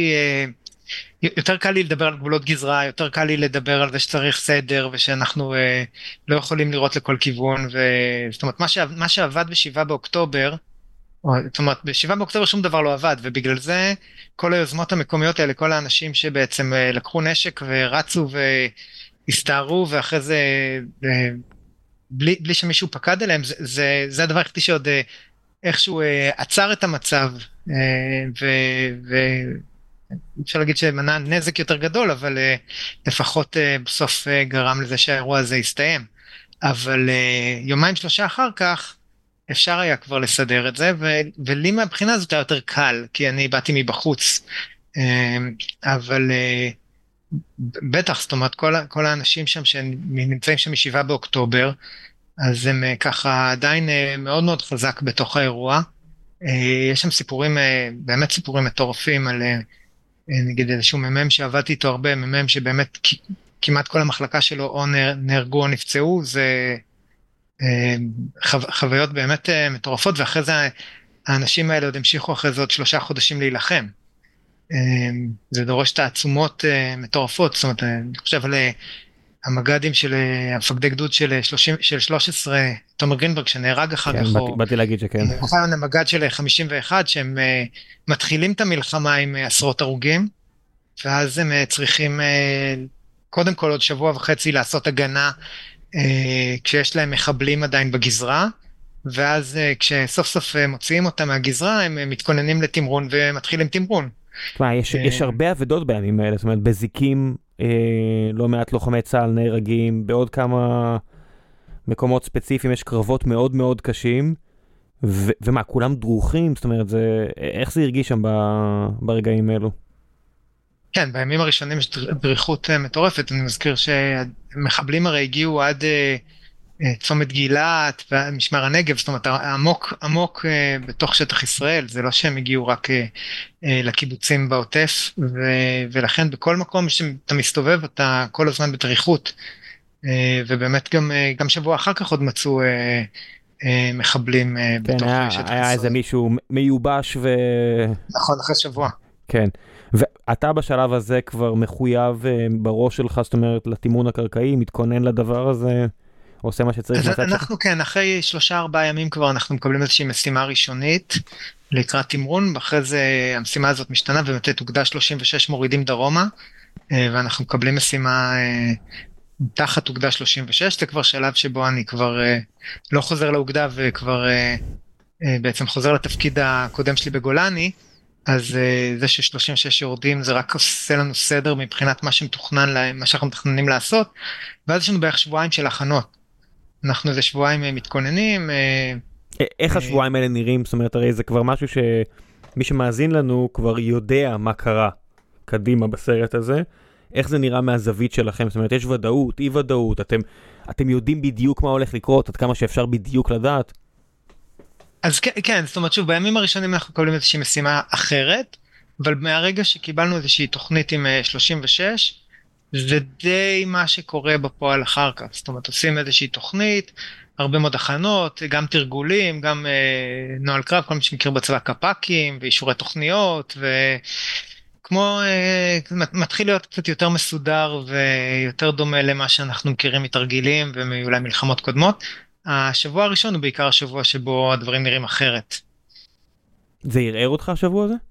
B: קל לי לדבר על גבולות גזרה, יותר קל לי לדבר על זה שצריך סדר, ושאנחנו לא יכולים לראות לכל כיוון, זאת אומרת, מה שעבד ב7 באוקטובר, זאת אומרת, ב7 באוקטובר שום דבר לא עבד, ובגלל זה כל היוזמות המקומיות האלה, כל האנשים שבעצם לקחו נשק ורצו והסתערו, ואחרי זה, בלי שמישהו פקד עליהם, זה הדבר היחידי שעוד... איכשהו עצר את המצב, ואפשר להגיד שמנע נזק יותר גדול, אבל לפחות בסוף גרם לזה שהאירוע הזה יסתיים. אבל יומיים שלושה אחר כך, אפשר היה כבר לסדר את זה, ולי מהבחינה הזאת היה יותר קל, כי אני באתי מבחוץ. אבל בטח, זאת אומרת, כל האנשים שם שנמצאים שם מ7 באוקטובר, אז הם ככה עדיין מאוד מאוד חזק בתוך האירוע. יש שם סיפורים, באמת סיפורים מטורפים על נגיד איזשהו ממם שעבדתי איתו הרבה, ממם שבאמת כמעט כל המחלקה שלו או נהרגו או נפצעו, זה חוויות באמת מטורפות, ואחרי זה האנשים האלה עוד המשיכו אחרי זה עוד 3 חודשים להילחם. זה דורש תעצומות מטורפות, זאת אומרת, אני חושב על... המג"דים של המפקדי גדוד של 13, תומר גרינברג, שנהרג אחר כך.
A: כן, באתי להגיד שכן.
B: המג"ד של 51, שהם מתחילים את המלחמה עם עשרות הרוגים, ואז הם צריכים קודם כל עוד 1.5 שבוע לעשות הגנה, כשיש להם מחבלים עדיין בגזרה, ואז כשסוף סוף מוציאים אותם מהגזרה, הם מתכוננים לתמרון ומתחילים תמרון.
A: יש הרבה עבודות בימים האלה, זאת אומרת, בזיקים, לא מעט לוחמי צה"ל נהרגים, בעוד כמה מקומות ספציפיים יש קרבות מאוד מאוד קשים, ומה, כולם דרוכים? זאת אומרת, איך זה הרגיש שם ברגעים האלו?
B: כן, בימים הראשונים יש דריכות מטורפת, אני מזכיר שמחבלים הרי הגיעו עד צומת גילת ומשמר הנגב, זאת אומרת, עמוק בתוך שטח ישראל, זה לא שהם הגיעו רק לקיבוצים בעוטף, ולכן בכל מקום שאתה מסתובב, אתה כל הזמן בדריכות, ובאמת גם שבוע אחר כך עוד מצאו מחבלים בתוך שטח ישראל.
A: היה איזה מישהו מיובש
B: נכון, אחרי שבוע.
A: כן, ואתה בשלב הזה כבר מחויב בראש שלך, זאת אומרת, לתימון הקרקעי, מתכונן לדבר הזה, עושה מה שצריך.
B: אז אנחנו כן, אחרי 3-4 ימים כבר אנחנו מקבלים איזושהי משימה ראשונית לקראת תמרון, ואחרי זה המשימה הזאת משתנה ומתת אוגדה 36 מורידים דרומה, ואנחנו מקבלים משימה תחת אוגדה 36, זה כבר שלב שבו אני כבר לא חוזר לאוגדה וכבר בעצם חוזר לתפקיד הקודם שלי בגולני, אז זה ש36 יורדים זה רק עושה לנו סדר מבחינת מה שמתוכנן, מה שאנחנו מתכננים לעשות, ואז יש לנו בערך שבועיים של הכנות. אנחנו איזה שבועיים מתכוננים.
A: איך השבועיים האלה נראים? זאת אומרת, הרי זה כבר משהו שמי שמאזין לנו כבר יודע מה קרה קדימה בסרט הזה. איך זה נראה מהזווית שלכם? זאת אומרת, יש ודאות, אי ודאות, אתם יודעים בדיוק מה הולך לקרות, עד כמה שאפשר בדיוק לדעת?
B: אז כן, זאת אומרת, שוב, בימים הראשונים אנחנו מקבלים איזושהי משימה אחרת, אבל מהרגע שקיבלנו איזושהי תוכנית עם 36, זה די מה שקורה בפועל אחר כך. זאת אומרת, עושים איזושהי תוכנית, הרבה מאוד הכנות, גם תרגולים, גם נוהל קרב, כל מי שמכיר בצבא קפ"קים, ואישורי תוכניות, וכמו, מתחיל להיות קצת יותר מסודר, ויותר דומה למה שאנחנו מכירים מתרגילים, ואולי מלחמות קודמות. השבוע הראשון הוא בעיקר השבוע שבו הדברים נראים אחרת.
A: זה ערער אותך השבוע הזה?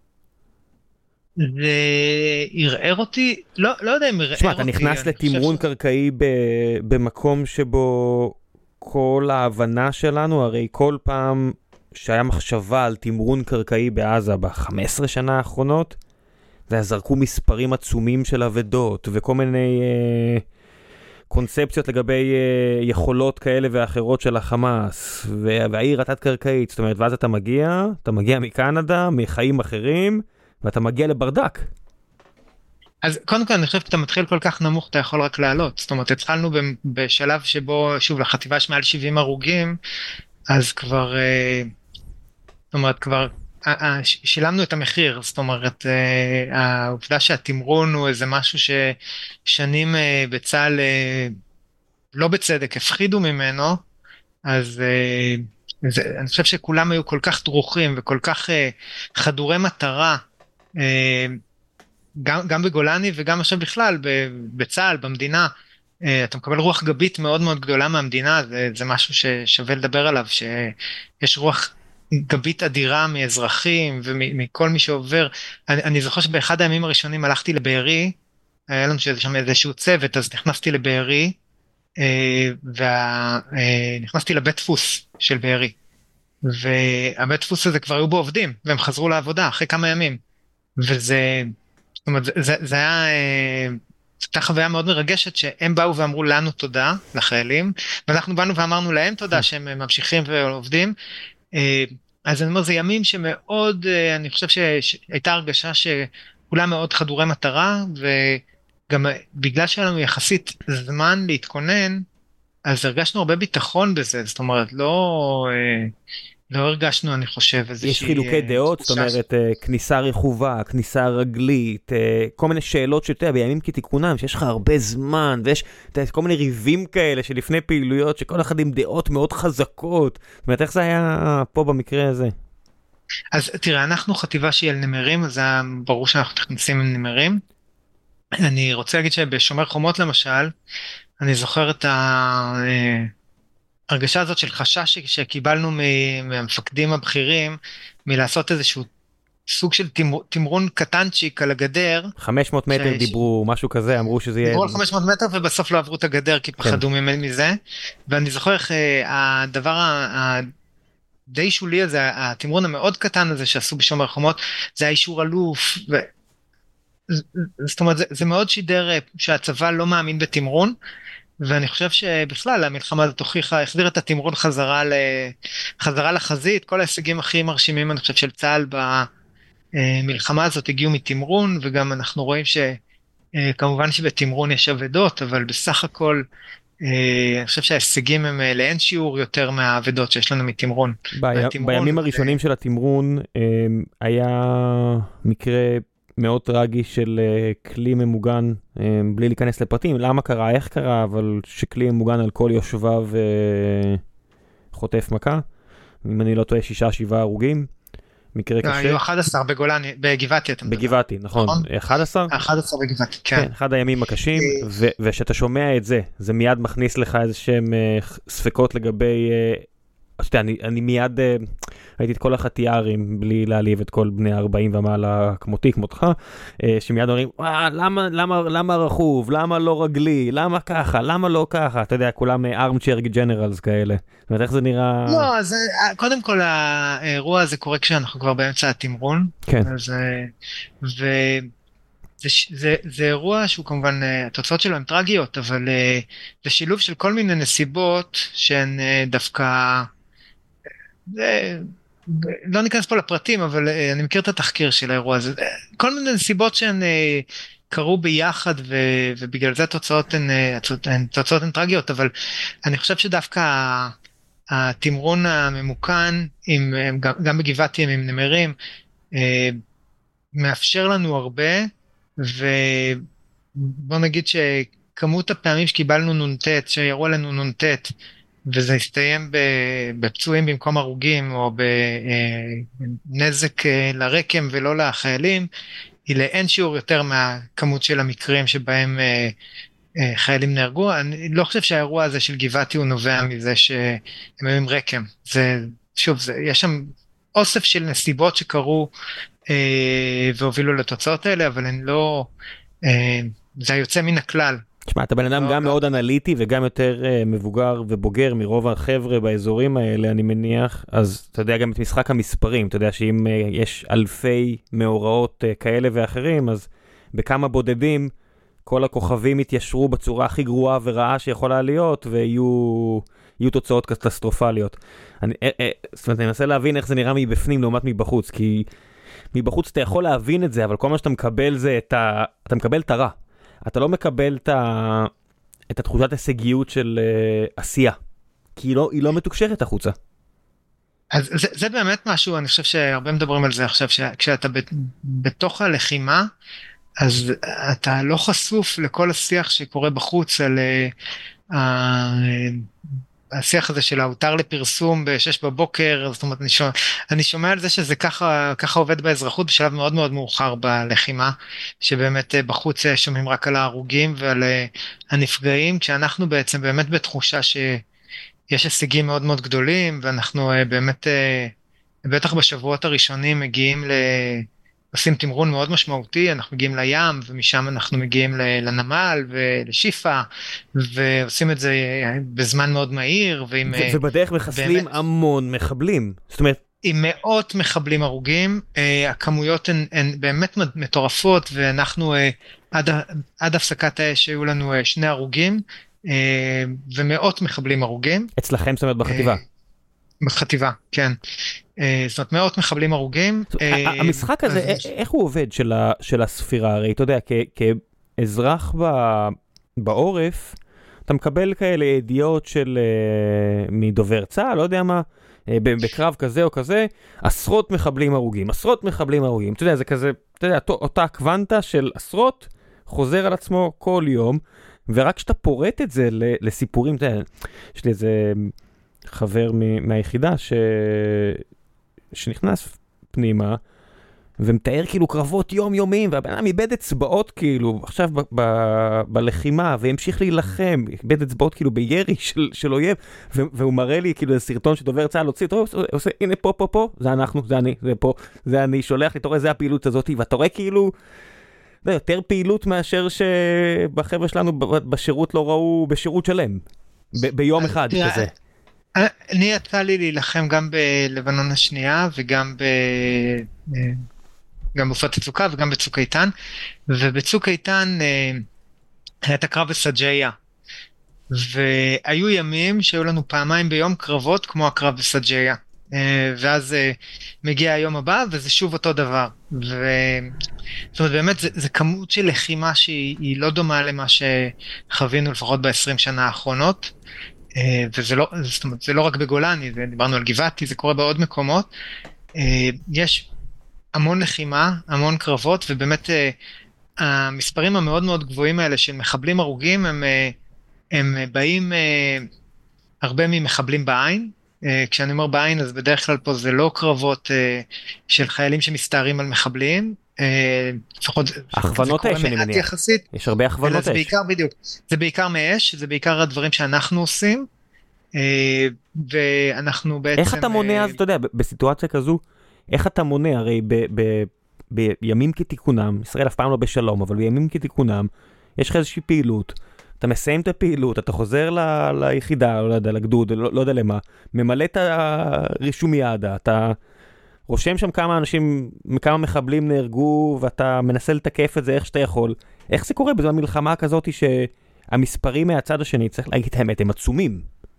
B: זה ערער אותי, לא יודע אם ערער אותי.
A: שמע, אתה נכנס לתמרון קרקעי במקום שבו כל ההבנה שלנו, הרי כל פעם שהיה מחשבה על תמרון קרקעי בעזה ב-15 שנה האחרונות, זה זרקו מספרים עצומים של עבדות וכל מיני קונספציות לגבי יכולות כאלה ואחרות של החמאס, והעיר התת-קרקעית, זאת אומרת, ואז אתה מגיע מקנדה, מחיים אחרים, ואתה מגיע לברדק.
B: אז קודם כל אני חושב שאתה מתחיל כל כך נמוך, אתה יכול רק לעלות. זאת אומרת, התחלנו בשלב שבו, שוב, לחטיבה יש מעל 70 הרוגים, אז כבר, זאת אומרת, כבר שילמנו את המחיר. זאת אומרת, העובדה שהתמרון הוא איזה משהו ששנים בצה"ל לא בצדק הפחידו ממנו, אז אני חושב שכולם היו כל כך דרוכים וכל כך חדורי מטרה, גם בגולני וגם עכשיו בכלל בצה"ל, במדינה. אתה מקבל רוח גבית מאוד מאוד גדולה מהמדינה, זה משהו ששווה לדבר עליו, שיש רוח גבית אדירה מאזרחים ומכל מי שעובר. אני זוכר שבאחד הימים הראשונים הלכתי לבארי, היה לנו שם איזשהו צוות, אז נכנסתי לבארי, ונכנסתי לבית דפוס של בארי, והבית דפוס הזה כבר היו בו עובדים, והם חזרו לעבודה אחרי כמה ימים, וזה, זאת אומרת, זה היה, הייתה חוויה מאוד מרגשת, שהם באו ואמרו לנו תודה, לחיילים, ואנחנו באנו ואמרנו להם תודה, שהם ממשיכים ועובדים. אז אני אומר, זה ימים שמאוד, אני חושב שהייתה הרגשה שכולם מאוד חדורי מטרה, וגם בגלל שהיה לנו יחסית זמן להתכונן, אז הרגשנו הרבה ביטחון בזה. זאת אומרת, לא הרגשנו, אני חושב, איזושהי...
A: יש חילוקי דעות, זאת אומרת, כניסה רחובה, כניסה רגלית, כל מיני שאלות שאתה יודע, בימים כתיקונם, שיש לך הרבה זמן, ויש כל מיני ריבים כאלה שלפני פעילויות, שכל אחד עם דעות מאוד חזקות. זאת אומרת, איך זה היה פה במקרה הזה?
B: אז תראה, אנחנו חטיבה שהיא על נמרים, אז ברור שאנחנו נכנסים עם נמרים. אני רוצה להגיד שבשומר חומות למשל, אני זוכר את ההרגשה הזאת של חשש שקיבלנו מהמפקדים הבכירים, מלעשות איזשהו סוג של תמרון קטנצ'יק על הגדר.
A: 500 מטר דיברו, משהו כזה, אמרו שזה יהיה...
B: דיברו על 500 מטר ובסוף לא עברו את הגדר כי פחדו מזה. ואני זוכר איך הדבר די שולי הזה, התמרון המאוד קטן הזה שעשו בשומר חומות, זה היה אישור אלוף. זאת אומרת, זה מאוד שידר שהצבא לא מאמין בתמרון, ואני חושב שבכלל המלחמה הזאת הוכיחה, החזיר את התמרון חזרה לחזית. כל ההישגים הכי מרשימים, אני חושב, של צה"ל במלחמה הזאת הגיעו מתמרון, וגם אנחנו רואים שכמובן שבתמרון יש עבדות, אבל בסך הכל אני חושב שההישגים הם לאין שיעור יותר מהעבדות שיש לנו מתמרון.
A: בימים הראשונים של התמרון היה מקרה מאוד טרגי של כלי ממוגן, בלי להיכנס לפרטים, למה קרה, איך קרה, אבל שכלי ממוגן על כל יושביו חוטף מכה, אם אני לא טועה 6-7 הרוגים, מקרה קשה.
B: היו 11 בגולני, בגבעתי אתה מדבר.
A: בגבעתי, נכון. 11?
B: 11 בגבעתי, כן.
A: כן, אחד הימים הקשים, ושאתה שומע את זה, זה מיד מכניס לך איזה שהם ספקות לגבי, אני מיד ראיתי את כל החתיארים, בלי להעליב את כל בני 40 ומעלה כמותי, כמותך, שמיד אומרים, למה רכוב, למה לא רגלי, למה ככה, למה לא ככה, אתה יודע, כולם armchair generals כאלה. זאת אומרת, איך זה נראה?
B: לא, אז קודם כל האירוע הזה קורה כשאנחנו כבר באמצע התמרון.
A: כן.
B: זה אירוע שהוא כמובן, התוצאות שלו הן טרגיות, אבל זה שילוב של כל מיני נסיבות שהן דווקא, לא ניכנס פה לפרטים, אבל אני מכיר את התחקיר של האירוע הזה, כל מיני נסיבות שהן קרו ביחד, ובגלל זה התוצאות הן טרגיות, אבל אני חושב שדווקא התמרון הממוכן, גם בגבעתי עם נמרים, מאפשר לנו הרבה, ובוא נגיד שכמות הפעמים שקיבלנו נונטט, שיראו עלינו נונטט, וזה הסתיים בפצועים במקום הרוגים, או בנזק לרקם ולא לחיילים, היא לאין שיעור יותר מהכמות של המקרים שבהם חיילים נהרגו. אני לא חושב שהאירוע הזה של גבעתי הוא נובע מזה שהם היו עם רקם. שוב, יש שם אוסף של נסיבות שקרו והובילו לתוצאות האלה, אבל הן לא, זה יוצא מן הכלל.
A: תשמע, אתה בן אדם גם מאוד אנליטי וגם יותר מבוגר ובוגר מרוב החבר'ה באזורים האלה, אני מניח, אז אתה יודע גם את משחק המספרים, אתה יודע שאם יש אלפי מאורעות כאלה ואחרים, אז בכמה בודדים כל הכוכבים יתיישרו בצורה הכי גרועה ורעה שיכולה להיות, ויהיו תוצאות קטסטרופליות. זאת אומרת, אני מנסה להבין איך זה נראה מבפנים לעומת מבחוץ, כי מבחוץ אתה יכול להבין את זה, אבל כל מה שאתה מקבל זה אתה מקבל את הרע. אתה לא מקבל את התחושת הישגיות של עשייה, כי היא לא מתוקשרת החוצה.
B: אז זה באמת משהו, אני חושב שהרבה מדברים על זה עכשיו, כשאתה בתוך הלחימה, אז אתה לא חשוף לכל השיח שקורה בחוץ על השיח הזה של ההותר לפרסום ב-6 בבוקר, זאת אומרת, אני שומע על זה שזה ככה עובד באזרחות בשלב מאוד מאוד מאוחר בלחימה, שבאמת בחוץ שומעים רק על ההרוגים ועל הנפגעים, כשאנחנו בעצם באמת בתחושה שיש הישגים מאוד מאוד גדולים, ואנחנו באמת, בטח בשבועות הראשונים מגיעים עושים תמרון מאוד משמעותי, אנחנו מגיעים לים, ומשם אנחנו מגיעים לנמל ולשיפה, ועושים את זה בזמן מאוד מהיר,
A: ובדרך מחסלים המון מחבלים. זאת אומרת,
B: עם מאות מחבלים הרוגים, הכמויות הן באמת מטורפות, ואנחנו עד הפסקת האש היו לנו 2 הרוגים, ומאות מחבלים הרוגים.
A: אצלכם, זאת אומרת, בחטיבה?
B: בחטיבה, כן. זאת אומרת, מאות מחבלים הרוגים.
A: המשחק הזה, איך הוא עובד של הספירה? הרי אתה יודע, כאזרח בעורף, אתה מקבל כאלה ידיעות של מדובר צה"ל, לא יודע מה, בקרב כזה או כזה, עשרות מחבלים הרוגים. אתה יודע, זה כזה, אתה יודע, אותה קוונטה של עשרות, חוזר על עצמו כל יום, ורק כשאתה פורט את זה לסיפורים, אתה יודע, יש לי איזה חבר מהיחידה שנכנס פנימה, ומתאר כאילו קרבות יומיומיים, והבן אדם איבד אצבעות כאילו, עכשיו בלחימה, והמשיך להילחם, איבד אצבעות כאילו בירי של אויב, והוא מראה לי כאילו סרטון שדובר צה"ל הוציא, הוא עושה, הנה פה, זה אנחנו, זה אני, זה פה, זה אני, שולח לי, אתה רואה, זה הפעילות הזאת, ואתה רואה כאילו, יותר פעילות מאשר שבחבר'ה שלנו בשירות לא ראו בשירות שלם, ביום אחד כזה.
B: אני יצא לי להילחם גם בלבנון השנייה, וגם בפרט הצוקה וגם בצוק איתן, ובצוק איתן היה את הקרב בסג'איה, והיו ימים שהיו לנו פעמיים ביום קרבות כמו הקרב בסג'איה, ואז מגיע היום הבא וזה שוב אותו דבר, זאת אומרת באמת זה כמות של לחימה שהיא לא דומה למה שחווינו לפחות ב-20 שנה האחרונות, וזה לא, זאת אומרת, זה לא רק בגולני, דיברנו על גבעתי, זה קורה בעוד מקומות, יש המון לחימה, המון קרבות, ובאמת המספרים המאוד מאוד גבוהים האלה של מחבלים הרוגים, הם באים הרבה ממחבלים בעין, כשאני אומר בעין, אז בדרך כלל פה זה לא קרבות של חיילים שמסתערים על מחבלים, לפחות
A: הכוונות אש, אני מניח.
B: יחסית,
A: יש הרבה הכוונות אש.
B: זה בעיקר, בדיוק, זה בעיקר מאש, זה בעיקר הדברים שאנחנו עושים, ואנחנו בעצם...
A: איך אתה מונע, אז אתה יודע, בסיטואציה כזו, איך אתה מונע, הרי בימים כתיקונם, ישראל אף פעם לא בשלום, אבל בימים כתיקונם, יש לך איזושהי פעילות, אתה מסיים את הפעילות, אתה חוזר ליחידה, לא יודע, לגדוד, לא יודע למה, ממלא את הרישום יעד, אתה רושם שם כמה אנשים, כמה מחבלים נהרגו, ואתה מנסה לתקף את זה איך שאתה יכול. איך זה קורה בזמן מלחמה כזאת שהמספרים מהצד השני, צריך להגיד את האמת, הם עצומים?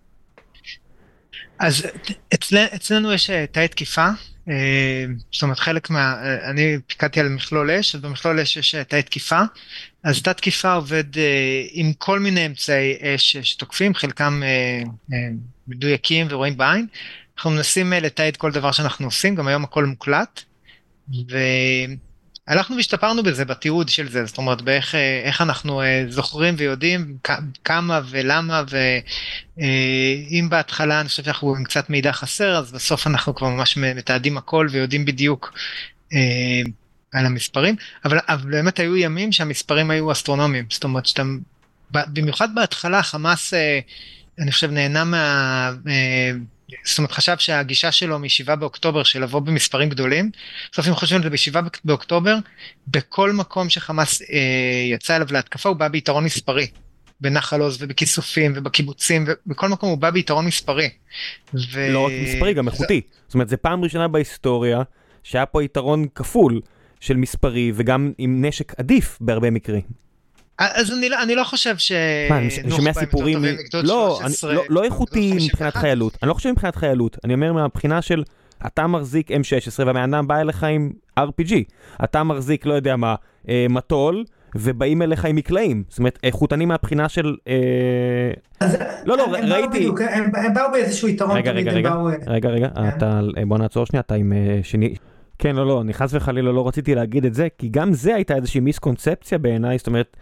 B: אז אצלנו יש תאי תקיפה, זאת אומרת חלק אני פיקדתי על מכלול אש, אז במכלול אש יש תאי תקיפה, אז תא תקיפה עובד עם כל מיני אמצעי אש שתוקפים, חלקם מדויקים ורואים בעין, אנחנו מנסים לתעד כל דבר שאנחנו עושים, גם היום הכל מוקלט, והלכנו והשתפרנו בזה, בתיעוד של זה, זאת אומרת, איך אנחנו זוכרים ויודעים כמה ולמה, ואם בהתחלה אני חושב שאנחנו עם קצת מידע חסר, אז בסוף אנחנו כבר ממש מתעדים הכל ויודעים בדיוק על המספרים, אבל באמת היו ימים שהמספרים היו אסטרונומיים, זאת אומרת, במיוחד בהתחלה, חמאס, אני חושב, נהנה זאת אומרת, חשב שהגישה שלו מ7 באוקטובר של לבוא במספרים גדולים, בסוף אם חושבים על זה ב7 באוקטובר, בכל מקום שחמאס יצא אליו להתקפה, הוא בא ביתרון מספרי, בנחל עוז ובכיסופים ובקיבוצים, ובכל מקום הוא בא ביתרון מספרי.
A: לא רק מספרי, גם איכותי. זאת אומרת, זה פעם ראשונה בהיסטוריה, שהיה פה יתרון כפול של מספרי, וגם עם נשק עדיף בהרבה מקרים.
B: אז אני לא חושב
A: אני שומע סיפורים, לא איכותי מבחינת חיילות, אני לא חושב מבחינת חיילות, אני אומר מהבחינה של אתה מחזיק M16 והמאדם בא אליך עם RPG, אתה מחזיק לא יודע מה, מטול, ובאים אליך עם מקלעים, זאת אומרת איכותני מהבחינה של... לא, ראיתי...
C: הם באו באיזשהו יתרון,
A: רגע, בוא נעצור שנייה, אתה עם שני... כן, לא, אני חס וחלילה לא רציתי להגיד את זה, כי גם זה הייתה איזושהי מיסקונספציה בעיניי, זאת אומרת,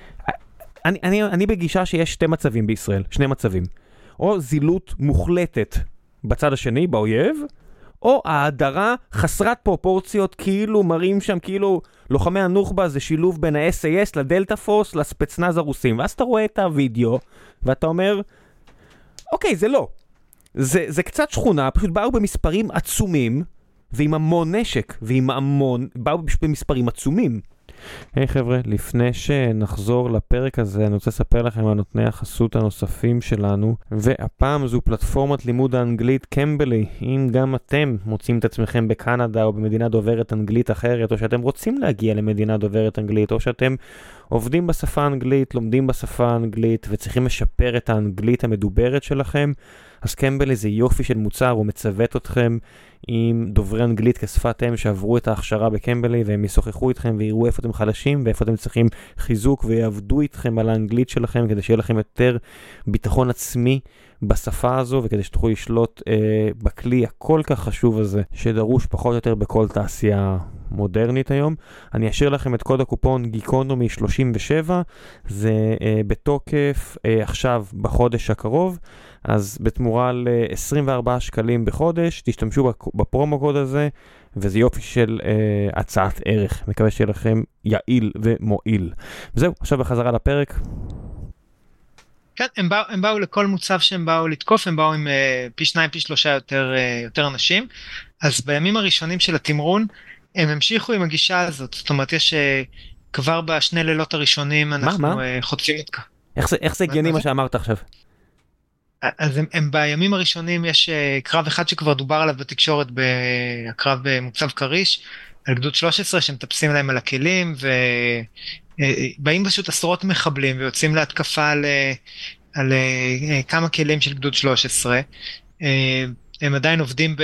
A: אני בגישה שיש שני מצבים בישראל, שני מצבים. או זילות מוחלטת בצד השני, באויב, או ההדרה חסרת פרופורציות, כאילו מראים שם, כאילו לוחמי הנוח'בה זה שילוב בין ה-SAS לדלטה פורס לספצנז הרוסים, ואז אתה רואה את הוידאו, ואתה אומר, אוקיי, זה לא. זה קצת שכונה, פשוט באו במספרים עצומים, ועם המון נשק, ועם המון, באו במספרים עצומים. היי חבר'ה, לפני שנחזור לפרק הזה, אני רוצה לספר לכם על נותני החסות הנוספים שלנו, והפעם זו פלטפורמת לימוד האנגלית קמבלי. אם גם אתם מוצאים את עצמכם בקנדה או במדינה דוברת אנגלית אחרת, או שאתם רוצים להגיע למדינה דוברת אנגלית, או שאתם עובדים בשפה האנגלית, לומדים בשפה האנגלית, וצריכים לשפר את האנגלית המדוברת שלכם, אז קמבלי זה יופי של מוצר, הוא מצוות אתכם עם דוברי אנגלית כשפת אם שעברו את ההכשרה בקמבלי, והם ישוחחו איתכם ויראו איפה אתם חלשים ואיפה אתם צריכים חיזוק, ויעבדו איתכם על האנגלית שלכם כדי שיהיה לכם יותר ביטחון עצמי בשפה הזו, וכדי שתוכלו לשלוט בכלי הכל כך חשוב הזה שדרוש פחות או יותר בכל תעשייה מודרנית היום. אני אשאיר לכם את קוד הקופון גיקונומי 37, זה בתוקף עכשיו בחודש הקרוב, אז בתמורה ל-24 שקלים בחודש, תשתמשו בפרומו קוד הזה, וזה יופי של הצעת ערך. מקווה שיהיה לכם יעיל ומועיל. וזהו, עכשיו בחזרה לפרק.
B: כן, הם באו לכל מוצב שהם באו לתקוף, הם באו עם פי 2, פי 3 יותר אנשים, אז בימים הראשונים של התמרון, הם המשיכו עם הגישה הזאת, זאת אומרת, יש כבר בשני לילות הראשונים, אנחנו חוטפים את...
A: איך זה הגיוני מה שאמרת עכשיו?
B: אז הם בימים הראשונים יש קרב אחד שכבר דובר עליו בתקשורת, הקרב במוצב קריש, על גדוד 13 שמטפסים להם על הכלים, ובאים פשוט עשרות מחבלים ויוצאים להתקפה על כמה כלים של גדוד 13. הם עדיין עובדים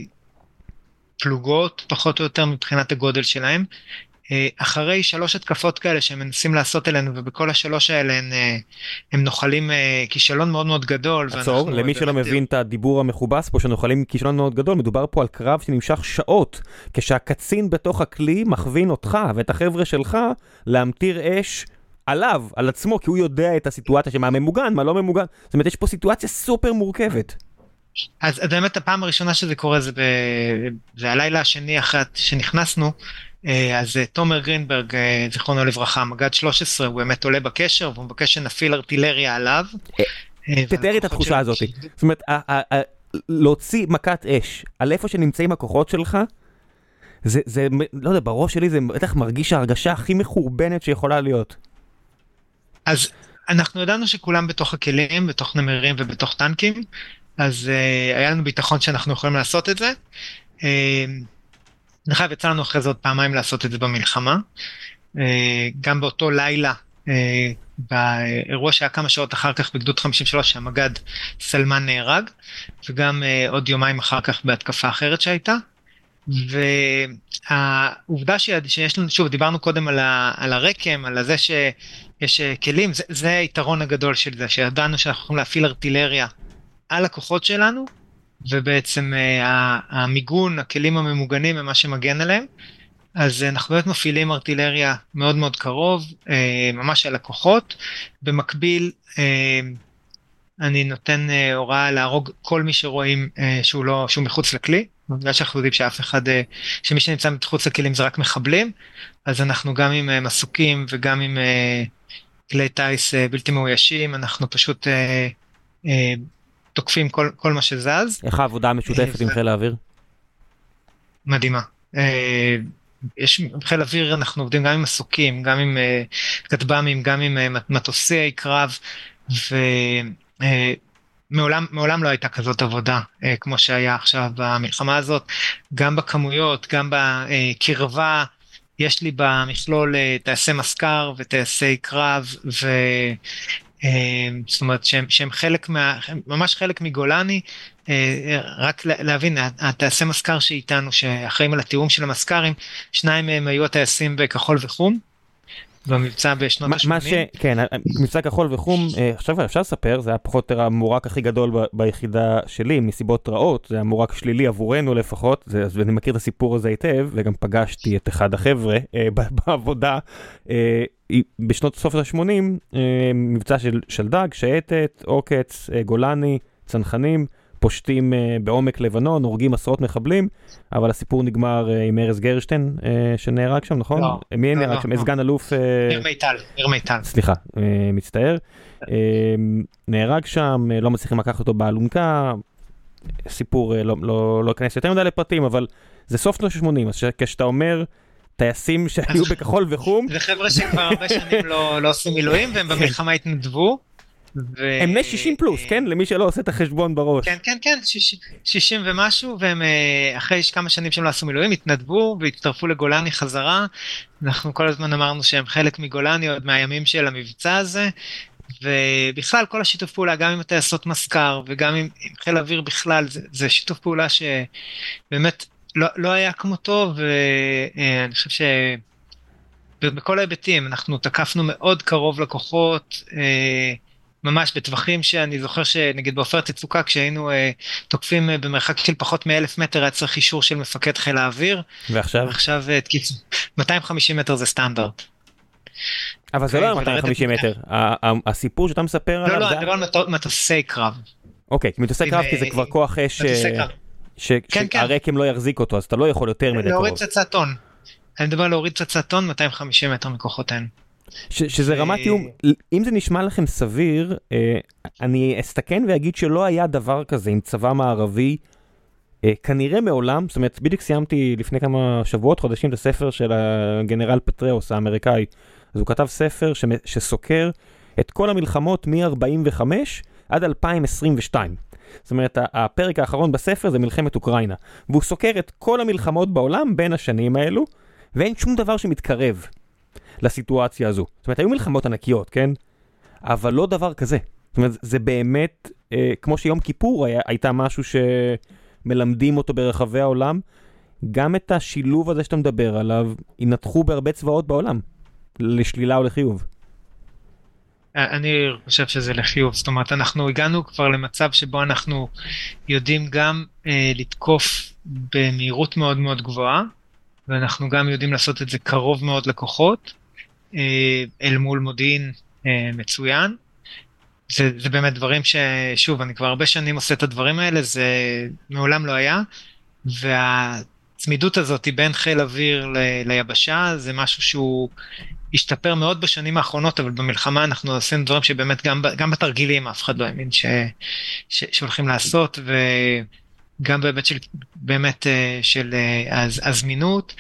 B: בפלוגות, פחות או יותר מבחינת הגודל שלהם. אחרי 3 התקפות כאלה שהם מנסים לעשות אלינו, ובכל השלוש האלה הם נוחלים כישלון מאוד מאוד גדול.
A: עצור, למי שלא מבין את הדיבור המכובס פה, שנוחלים כישלון מאוד גדול, מדובר פה על קרב שנמשך שעות, כשהקצין בתוך הכלי מכווין אותך ואת החבר'ה שלך להמטיר אש עליו, על עצמו, כי הוא יודע את הסיטואציה שמה ממוגן, מה לא ממוגן. זאת אומרת, יש פה סיטואציה סופר מורכבת.
B: אז באמת הפעם הראשונה שזה קורה זה הלילה השני אחרי שנכנסנו, אז תומר גרינברג, זיכרונו לברכה, מג"ד 13, הוא באמת עולה בקשר, והוא מבקש שנפיל ארטילריה עליו.
A: תתאר את התחושה הזאת. זאת אומרת, להוציא מכת אש על איפה שנמצאים הכוחות שלך, זה, לא יודע, בראש שלי זה בטח מרגיש ההרגשה הכי מחורבנת שיכולה להיות.
B: אז אנחנו ידענו שכולם בתוך הכלים, בתוך נמרים ובתוך טנקים, אז היה לנו ביטחון שאנחנו יכולים לעשות את זה. נחייב, יצא לנו אחרי זה עוד פעמיים לעשות את זה במלחמה. גם באותו לילה, באירוע שהיה כמה שעות אחר כך בגדוד 53, שהמג"ד סלמן נהרג, וגם עוד יומיים אחר כך בהתקפה אחרת שהייתה. והעובדה שיש לנו, שוב, דיברנו קודם על הרקם, על זה שיש כלים, זה היתרון הגדול של זה, שידענו שאנחנו יכולים להפעיל ארטילריה על הכוחות שלנו, ובעצם המיגון, הכלים הממוגנים הם מה שמגן עליהם, אז אנחנו באמת מפעילים ארטילריה מאוד מאוד קרוב, ממש על הכוחות, במקביל אני נותן הוראה להרוג כל מי שרואים שהוא מחוץ לכלי, בגלל שאנחנו יודעים שאף אחד, שמי שנמצא מחוץ לכלים זה רק מחבלים, אז אנחנו גם עם מסוקים וגם עם כלי טייס בלתי מאוישים, אנחנו פשוט תוקפים כל מה שזז.
A: איך העבודה המשותפת עם חיל האוויר?
B: מדהימה. יש חיל אוויר, אנחנו עובדים גם עם מסוקים, גם עם כטב"מים, גם עם מטוסי קרב, מעולם לא הייתה כזאת עבודה כמו שהיה עכשיו במלחמה הזאת, גם בכמויות, גם בקרבה, יש לי במכלול טייסי מסקר וטייסי קרב, זאת אומרת שהם חלק ממש חלק מגולני, רק להבין, הטייסי מסקר שאיתנו, שאחראים על התיאום של המסקרים, שניים מהם היו הטייסים בכחול וחום, במבצע בשנות ה-80.
A: כן, מבצע כחול וחום, עכשיו אפשר לספר, זה היה פחות או המורק הכי גדול ביחידה שלי, מסיבות רעות, זה המורק שלילי עבורנו לפחות, ואני מכיר את הסיפור הזה היטב, וגם פגשתי את אחד החבר'ה בעבודה, בשנות סוף ה-80, מבצע של שלדג, שייטת, עוקץ, גולני, צנחנים, פושטים בעומק לבנון, הורגים עשרות מחבלים, אבל הסיפור נגמר עם ארז גרשטיין שנהרג שם, נכון?
B: לא.
A: מי נהרג שם? סגן אלוף...
B: עיר מיטל.
A: סליחה, מצטער. נהרג שם, לא מצליחים לקחת אותו באלונקה, סיפור, לא אכנס יותר מדי לפרטים, אבל זה סוף שנות ה-80, אז כשאתה אומר טייסים שהיו בכחול וחום...
B: זה חבר'ה שכבר הרבה שנים לא עושים מילואים, והם במלחמה התנדבו.
A: הם בני 60 פלוס, כן? למי שלא עושה את החשבון בראש.
B: כן, 60 ומשהו, והם אחרי כמה שנים שהם לא עשו מילואים, התנדבו והצטרפו לגולני חזרה. אנחנו כל הזמן אמרנו שהם חלק מגולני עוד מהימים של המבצע הזה, ובכלל כל השיתוף פעולה, גם עם הטייסות מסקר וגם עם חיל האוויר בכלל, זה שיתוף פעולה שבאמת לא היה כמותו, ואני חושב שבכל ההיבטים אנחנו תקפנו מאוד קרוב לכוחות, ממש בטווחים שאני זוכר שנגיד בעופרת יצוקה, כשהיינו תוקפים במרחק של פחות מ-1,000 מטר, היה צריך אישור של מפקד חיל האוויר.
A: ועכשיו?
B: עכשיו 250 מטר זה סטנדרט.
A: אבל זה לא 250 מטר. הסיפור שאתה מספר עליו...
B: לא, אני מדבר על מטוסי קרב.
A: אוקיי, מטוסי קרב כי זה כבר כוח אש שהרקם לא יחזיק אותו, אז אתה לא יכול יותר מדי קרוב.
B: להוריד פצצת טון. אני מדבר על להוריד פצצת טון 250 מטר מכוחותינו.
A: שזה רמת איום, אם זה נשמע לכם סביר, אני אסתכן ואגיד שלא היה דבר כזה עם צבא מערבי, כנראה מעולם, זאת אומרת, בדיוק סיימתי לפני כמה שבועות, חודשים, את הספר של הגנרל פטראוס האמריקאי, אז הוא כתב ספר שסוקר את כל המלחמות מ-45 עד 2022. זאת אומרת, הפרק האחרון בספר זה מלחמת אוקראינה, והוא סוקר את כל המלחמות בעולם בין השנים האלו, ואין שום דבר שמתקרב לסיטואציה הזו. זאת אומרת, היו מלחמות ענקיות, כן? אבל לא דבר כזה. זאת אומרת, זה באמת, כמו שיום כיפור הייתה משהו שמלמדים אותו ברחבי העולם, גם את השילוב הזה שאתה מדבר עליו, ינתחו בהרבה צבאות בעולם, לשלילה או לחיוב.
B: אני חושב שזה לחיוב, זאת אומרת, אנחנו הגענו כבר למצב שבו אנחנו יודעים גם לתקוף במהירות מאוד מאוד גבוהה, ואנחנו גם יודעים לעשות את זה קרוב מאוד לכוחות, אל מול מודיעין מצוין, זה באמת דברים ששוב, אני כבר הרבה שנים עושה את הדברים האלה, זה מעולם לא היה, והצמידות הזאת היא בין חיל אוויר ליבשה, זה משהו שהוא השתפר מאוד בשנים האחרונות, אבל במלחמה אנחנו עושים דברים שבאמת גם בתרגילים אף אחד לא האמין שהולכים לעשות, וגם בהיבט של באמת של הזמינות,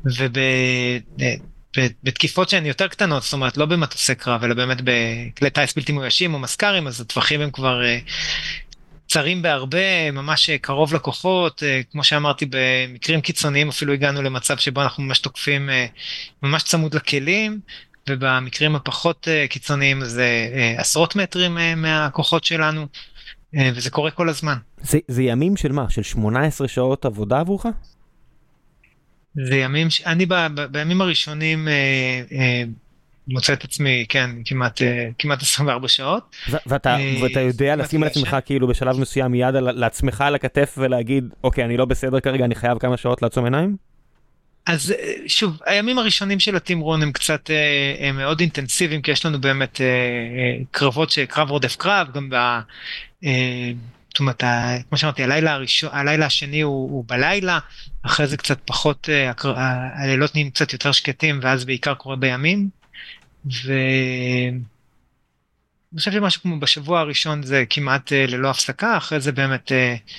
B: בתקיפות שהן יותר קטנות, זאת אומרת לא במטוסי קרב, אלא באמת בכלי טייס בלתי מאוישים או מסקרים, אז הטווחים הם כבר קצרים בהרבה, ממש קרוב לכוחות, כמו שאמרתי, במקרים קיצוניים אפילו הגענו למצב שבו אנחנו ממש תוקפים ממש צמוד לכלים, ובמקרים הפחות קיצוניים זה עשרות מטרים מהכוחות שלנו, וזה קורה כל הזמן.
A: זה ימים של מה? של 18 שעות עבודה עבורך?
B: זה ימים, אני בימים הראשונים מוצא את עצמי, כן, כמעט 24 שעות.
A: ואתה יודע לשים על עצמך כאילו בשלב מסוים יד לעצמך על הכתף ולהגיד, אוקיי, אני לא בסדר כרגע, אני חייב כמה שעות לעצום עיניים?
B: אז שוב, הימים הראשונים של התמרון הם קצת הם מאוד אינטנסיביים, כי יש לנו באמת קרבות שקרב רודף קרב, גם זאת אומרת, כמו שאמרתי, הלילה השני הוא בלילה, אחרי זה קצת פחות, הלילות נהיים קצת יותר שקטים, ואז בעיקר קורה בימים, ואני חושב שמשהו כמו בשבוע הראשון זה כמעט ללא הפסקה, אחרי זה באמת,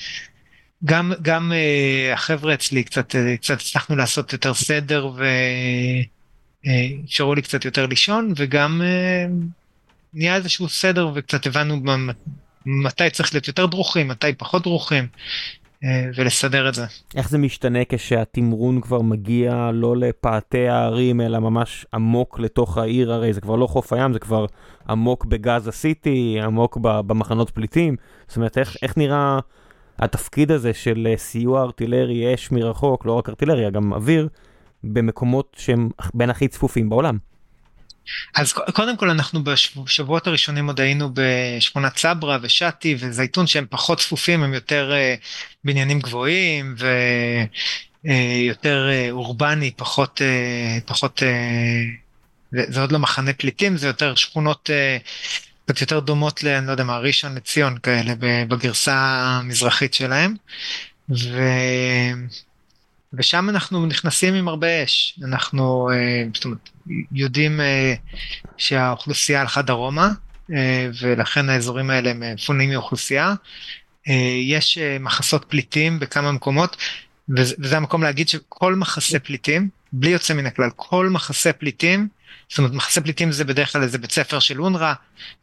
B: גם החבר'ה אצלי קצת הצלחנו לעשות יותר סדר, ואפשרו לי קצת יותר לישון, וגם נהיה איזשהו סדר, וקצת הבנו מתי צריך להיות יותר דרוכים, מתי פחות דרוכים, ולסדר את זה.
A: איך זה משתנה כשהתמרון כבר מגיע לא לפאתי הערים, אלא ממש עמוק לתוך העיר? הרי זה כבר לא חוף הים, זה כבר עמוק בגאזה סיטי, עמוק במחנות פליטים. זאת אומרת, איך נראה התפקיד הזה של סיוע ארטילרי, אש מרחוק, לא רק ארטילריה, גם אוויר, במקומות שהם בין הכי צפופים בעולם?
B: אז קודם כל אנחנו בשבועות הראשונים עוד היינו בשכונת סברה ושתי וזייתון שהם פחות צפופים, הם יותר בניינים גבוהים ויותר אורבני, פחות, זה עוד לא מחנה פליטים, זה יותר שכונות קצת יותר דומות אני לא יודע מה, ראשון לציון כאלה בגרסה המזרחית שלהם, ושם אנחנו נכנסים עם הרבה אש, אנחנו זאת אומרת, יודעים שהאוכלוסייה הלכה דרומה, ולכן האזורים האלה הם מפונים מאוכלוסייה, יש מחסות פליטים בכמה מקומות, וזה המקום להגיד שכל מחסה פליטים, בלי יוצא מן הכלל, כל מחסה פליטים, זאת אומרת מחסה פליטים זה בדרך כלל איזה בית ספר של אונר"א,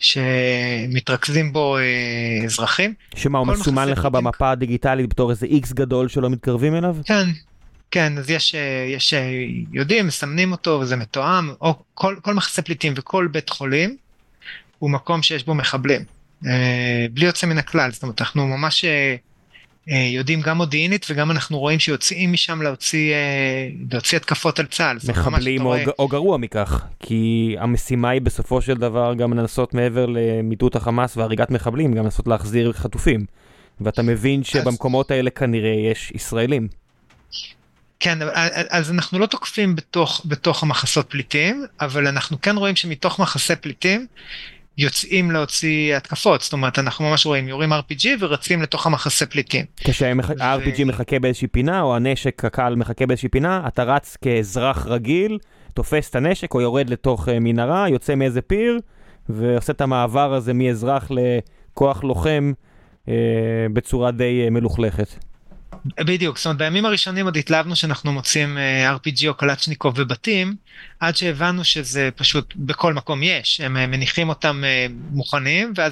B: שמתרכזים בו אזרחים.
A: שמה, הוא מסומן לך במפה הדיגיטלית בתור איזה X גדול שלא מתקרבים אליו?
B: כן. כן, אז יש יודעים, מסמנים אותו וזה מתואם, או כל מחסה פליטים וכל בית חולים הוא מקום שיש בו מחבלים, בלי יוצא מן הכלל, זאת אומרת, אנחנו ממש יודעים גם מודיעינית וגם אנחנו רואים שיוצאים משם להוציא התקפות על צה"ל.
A: מחבלים או גרוע מכך, כי המשימה היא בסופו של דבר גם לנסות מעבר למיטוט החמאס והריגת מחבלים, גם לנסות להחזיר חטופים, ואתה מבין שבמקומות האלה כנראה יש ישראלים.
B: כן, אז אנחנו לא תוקפים בתוך המחסות פליטים, אבל אנחנו כן רואים שמתוך מחסי פליטים יוצאים להוציא התקפות, זאת אומרת, אנחנו ממש רואים, יורים RPG ורצים לתוך המחסי פליטים.
A: כשה-RPG מחכה באיזושהי פינה, או הנשק הקל מחכה באיזושהי פינה, אתה רץ כאזרח רגיל, תופס את הנשק, או יורד לתוך מנהרה, יוצא מאיזה פיר, ועושה את המעבר הזה מאזרח לכוח לוחם בצורה די מלוכלכת.
B: בדיוק, זאת אומרת, בימים הראשונים עוד התלהבנו שאנחנו מוצאים RPG או קלצ'ניקוב בבתים, עד שהבנו שזה פשוט בכל מקום יש, הם מניחים אותם מוכנים, ואז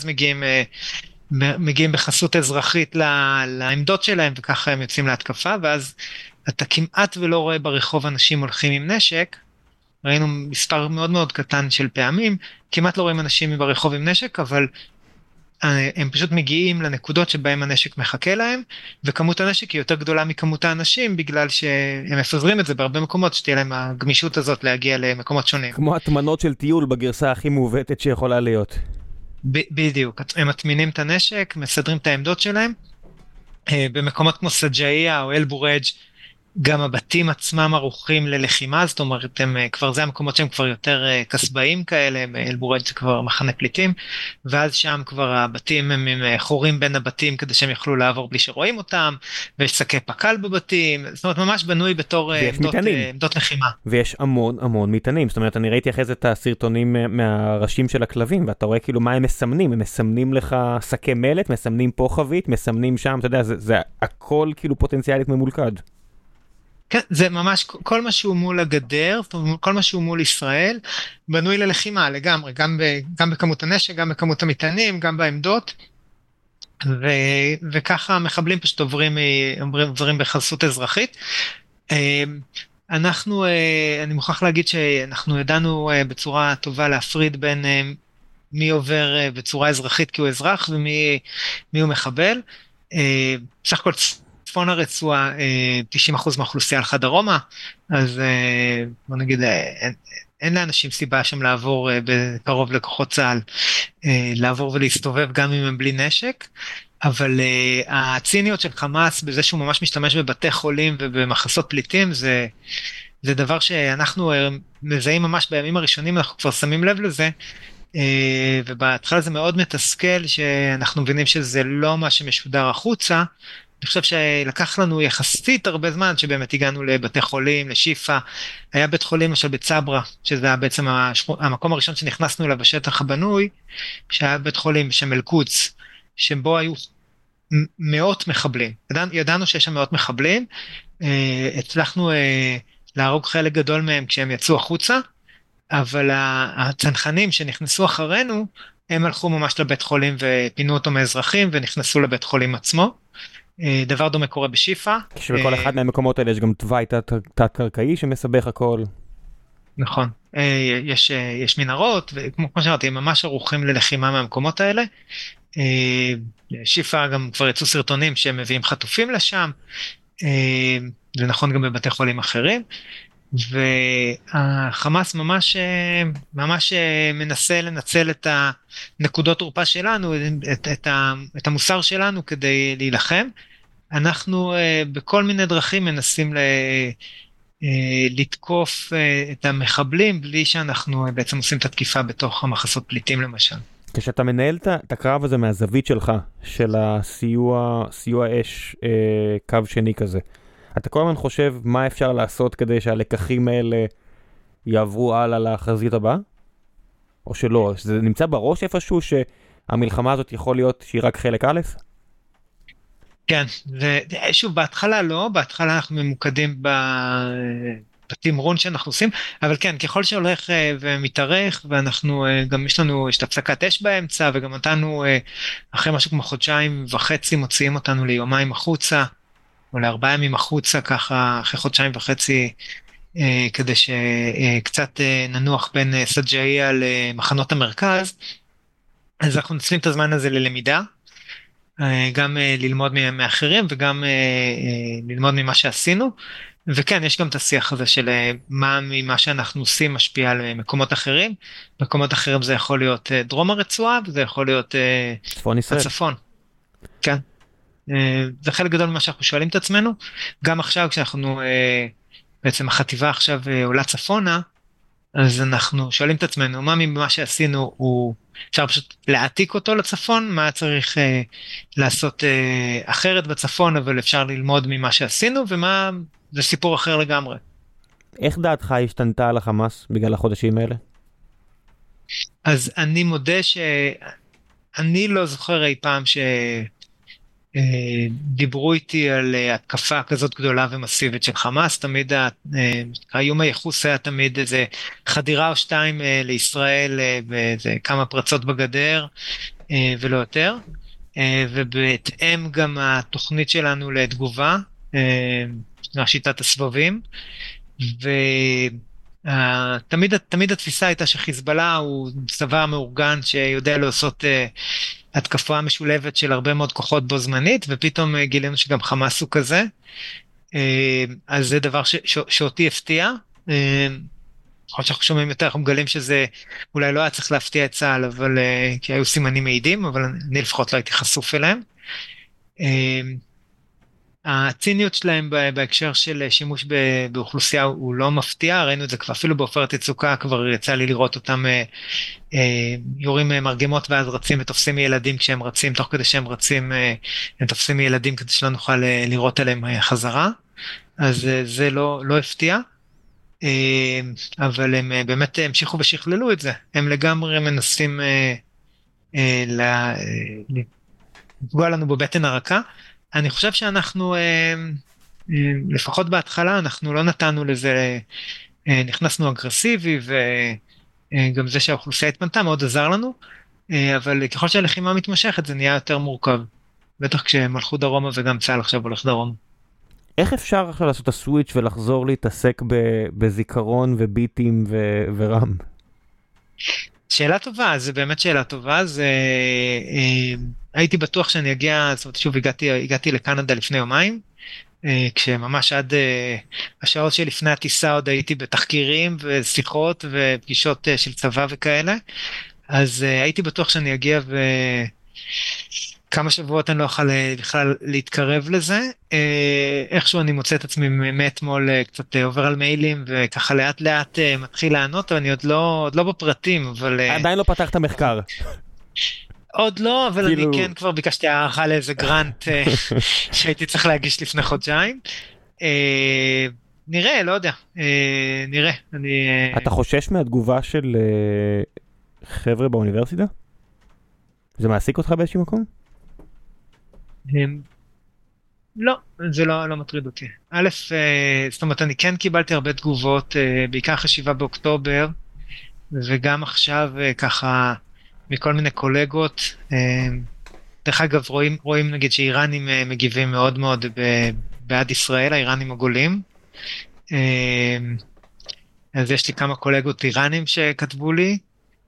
B: מגיעים בחסות אזרחית לעמדות שלהם, וככה הם יוצאים להתקפה, ואז אתה כמעט ולא רואה ברחוב אנשים הולכים עם נשק, ראינו מספר מאוד מאוד קטן של פעמים, כמעט לא רואים אנשים ברחוב עם נשק, אבל הם פשוט מגיעים לנקודות שבהם הנשק מחכה להם, וכמות הנשק היא יותר גדולה מכמות האנשים, בגלל שהם מפזרים את זה בהרבה מקומות, שתהיה להם הגמישות הזאת להגיע למקומות שונים.
A: כמו התמנות של טיול בגרסה הכי מעוותת שיכולה להיות.
B: בדיוק, הם מטמינים את הנשק, מסדרים את העמדות שלהם, במקומות כמו סג'איה או אל-בורג' גם הבתים עצמם ערוכים ללחימה, זאת אומרת, כבר זה המקומות שהם כבר יותר כסבאים כאלה, אל-בורג' זה כבר מחנה פליטים, ואז שם כבר הבתים הם חורים בין הבתים כדי שהם יוכלו לעבור בלי שרואים אותם, ויש שקי פקל בבתים, זאת אומרת ממש בנוי בתור עמדות לחימה.
A: ויש המון המון מטענים, זאת אומרת אני ראיתי אחרי זה את הסרטונים מהראשים של הכלבים, ואתה רואה כאילו מה הם מסמנים לך שקי מלט, מסמנים פה חבית, מסמנים שם, אתה יודע, זה הכל כאילו פוטנציאלית ממולכד.
B: כן, זה ממש כל מה שהוא מול הגדר, כל מה שהוא מול ישראל, בנוי ללחימה לגמרי, גם בכמות הנשק, גם בכמות המטענים, גם בעמדות, וככה המחבלים פשוט עוברים בחסות אזרחית. אני מוכרח להגיד שאנחנו ידענו בצורה טובה להפריד בין מי עובר בצורה אזרחית כי הוא אזרח ומי הוא מחבל. בסך הכל צפון הרצועה 90% מהאוכלוסייה הלכה דרומה, אז בוא נגיד אין לאנשים סיבה שם לעבור בקרוב לכוחות צה"ל, לעבור ולהסתובב גם אם הם בלי נשק, אבל הציניות של חמאס בזה שהוא ממש משתמש בבתי חולים ובמחסות פליטים, זה דבר שאנחנו מזהים ממש בימים הראשונים, אנחנו כבר שמים לב לזה, ובהתחלה זה מאוד מתסכל שאנחנו מבינים שזה לא מה שמשודר החוצה. אני חושב שלקח לנו יחסית הרבה זמן שבאמת הגענו לבתי חולים, לשיפה. היה בית חולים למשל בצברה, שזה היה בעצם המקום הראשון שנכנסנו אליו בשטח הבנוי, שהיה בית חולים בשם אל-קודס, שבו היו מאות מחבלים. ידענו שיש שם מאות מחבלים, הצלחנו להרוג חלק גדול מהם כשהם יצאו החוצה, אבל הצנחנים שנכנסו אחרינו, הם הלכו ממש לבית חולים ופינו אותו מאזרחים ונכנסו לבית חולים עצמו. דבר דומה קורה בשיפה.
A: כשבכל אחד מהמקומות האלה יש גם תוואי תת-קרקעי שמסבך הכל.
B: נכון. יש מנהרות, וכמו שאמרתי, הם ממש ערוכים ללחימה מהמקומות האלה. שיפה גם כבר יצאו סרטונים שהם מביאים חטופים לשם. זה נכון גם בבתי חולים אחרים. והחמאס ממש מנסה לנצל את הנקודות תורפה שלנו, את המוסר שלנו כדי להילחם. אנחנו בכל מיני דרכים מנסים לתקוף את המחבלים בלי שאנחנו בעצם עושים את התקיפה בתוך המחסות פליטים למשל.
A: כשאתה מנהל את הקרב הזה מהזווית שלך, של סיוע אש קו שני כזה, אתה כל הזמן חושב מה אפשר לעשות כדי שהלקחים האלה יעברו הלאה לחזית הבאה? או שלא? זה נמצא בראש איפשהו שהמלחמה הזאת יכול להיות שהיא רק חלק א'?
B: כן, ושוב, בהתחלה לא, בהתחלה אנחנו ממוקדים בתמרון שאנחנו עושים, אבל כן, ככל שהולך ומתארך, ואנחנו גם יש את הפסקת אש באמצע, וגם אותנו אחרי משהו כמו חודשיים וחצי מוציאים אותנו ליומיים החוצה, או ל4 ימים החוצה, ככה אחרי חודשיים וחצי, כדי שקצת ננוח בין סג'איה למחנות המרכז, אז אנחנו נצלים את הזמן הזה ללמידה, גם ללמוד מאחרים וגם ללמוד ממה שעשינו, וכן, יש גם את השיח הזה של מה ממה שאנחנו עושים משפיע על מקומות אחרים. מקומות אחרים זה יכול להיות דרום הרצועה, וזה יכול להיות
A: צפון ישראל.
B: הצפון. כן. זה חלק גדול ממה שאנחנו שואלים את עצמנו. גם עכשיו כשאנחנו, בעצם החטיבה עכשיו עולה צפונה, אז אנחנו שואלים את עצמנו, מה ממה שעשינו הוא, אפשר פשוט להעתיק אותו לצפון, מה צריך לעשות אחרת בצפון, אבל אפשר ללמוד ממה שעשינו, ומה זה סיפור אחר לגמרי.
A: איך דעתך השתנתה על החמאס בגלל החודשים האלה?
B: אז אני מודה שאני לא זוכר אי פעם דיברו איתי על התקפה כזאת גדולה ומסיבית של חמאס. תמיד האיום הייחוס היה תמיד איזה חדירה או שתיים לישראל, ואיזה כמה פרצות בגדר ולא יותר, ובהתאם גם התוכנית שלנו לתגובה, שיטת הסבבים, ותמיד התפיסה הייתה שחיזבאללה הוא צבא מאורגן שיודע לעשות התקפה משולבת של הרבה מאוד כוחות בו זמנית, ופתאום גילינו שגם חמאס הוא כזה. אז זה דבר שאותי הפתיע. יכול שאנחנו שומעים יותר, אנחנו מגלים שזה אולי לא היה צריך להפתיע את צה"ל, אבל כי היו סימנים מעידים, אבל אני לפחות לא הייתי חשוף אליהם. הציניות שלהם בהקשר של שימוש באוכלוסייה הוא לא מפתיע, ראינו את זה כבר אפילו בעופרת יצוקה, כבר יצא לי לראות אותם יורים מרגמות ואז רצים ותופסים ילדים כשהם רצים, תוך כדי שהם רצים הם תופסים ילדים כדי שלא נוכל לראות עליהם חזרה, אז זה לא הפתיע, אבל הם באמת המשיכו ושכללו את זה, הם לגמרי מנסים לפגוע לנו בבטן הרכה. אני חושב שאנחנו, לפחות בהתחלה, אנחנו לא נתנו לזה, נכנסנו אגרסיבי, וגם זה שהאוכלוסייה התפנתה מאוד עזר לנו, אבל ככל שהלחימה מתמשכת זה נהיה יותר מורכב, בטח כשהם הלכו דרומה וגם צה"ל עכשיו הולך דרומה.
A: איך אפשר עכשיו לעשות את הסוויץ' ולחזור להתעסק בזיכרון וביטים ורם?
B: שאלה טובה, זה באמת שאלה טובה, הייתי בטוח שאני אגיע, זאת אומרת שוב הגעתי לקנדה לפני יומיים, כשממש עד השעות שלפני הטיסה עוד הייתי בתחקירים ושיחות ופגישות של צבא וכאלה, אז הייתי בטוח שאני אגיע וכמה שבועות אני לא אוכל בכלל להתקרב לזה, איכשהו אני מוצא את עצמי מאתמול קצת עובר על מיילים וככה לאט לאט מתחיל לענות, אבל אני עוד לא בפרטים, אבל...
A: עדיין לא פתחת מחקר.
B: עוד לא, אבל אני כן כבר ביקשתי הערכה לאיזה גרנט שהייתי צריך להגיש לפני חודשיים. נראה, לא יודע, נראה.
A: אתה חושש מהתגובה של חבר'ה באוניברסיטה? זה מעסיק אותך באיזשהו מקום?
B: לא, זה לא מטריד אותי. א', זאת אומרת, אני כן קיבלתי הרבה תגובות, בעיקר חשיבה באוקטובר, וגם עכשיו ככה מכל מיני קולגות. דרך אגב, רואים נגיד שאיראנים מגיבים מאוד מאוד בעד ישראל, האיראנים הגולים. אז יש לי כמה קולגות איראנים שכתבו לי,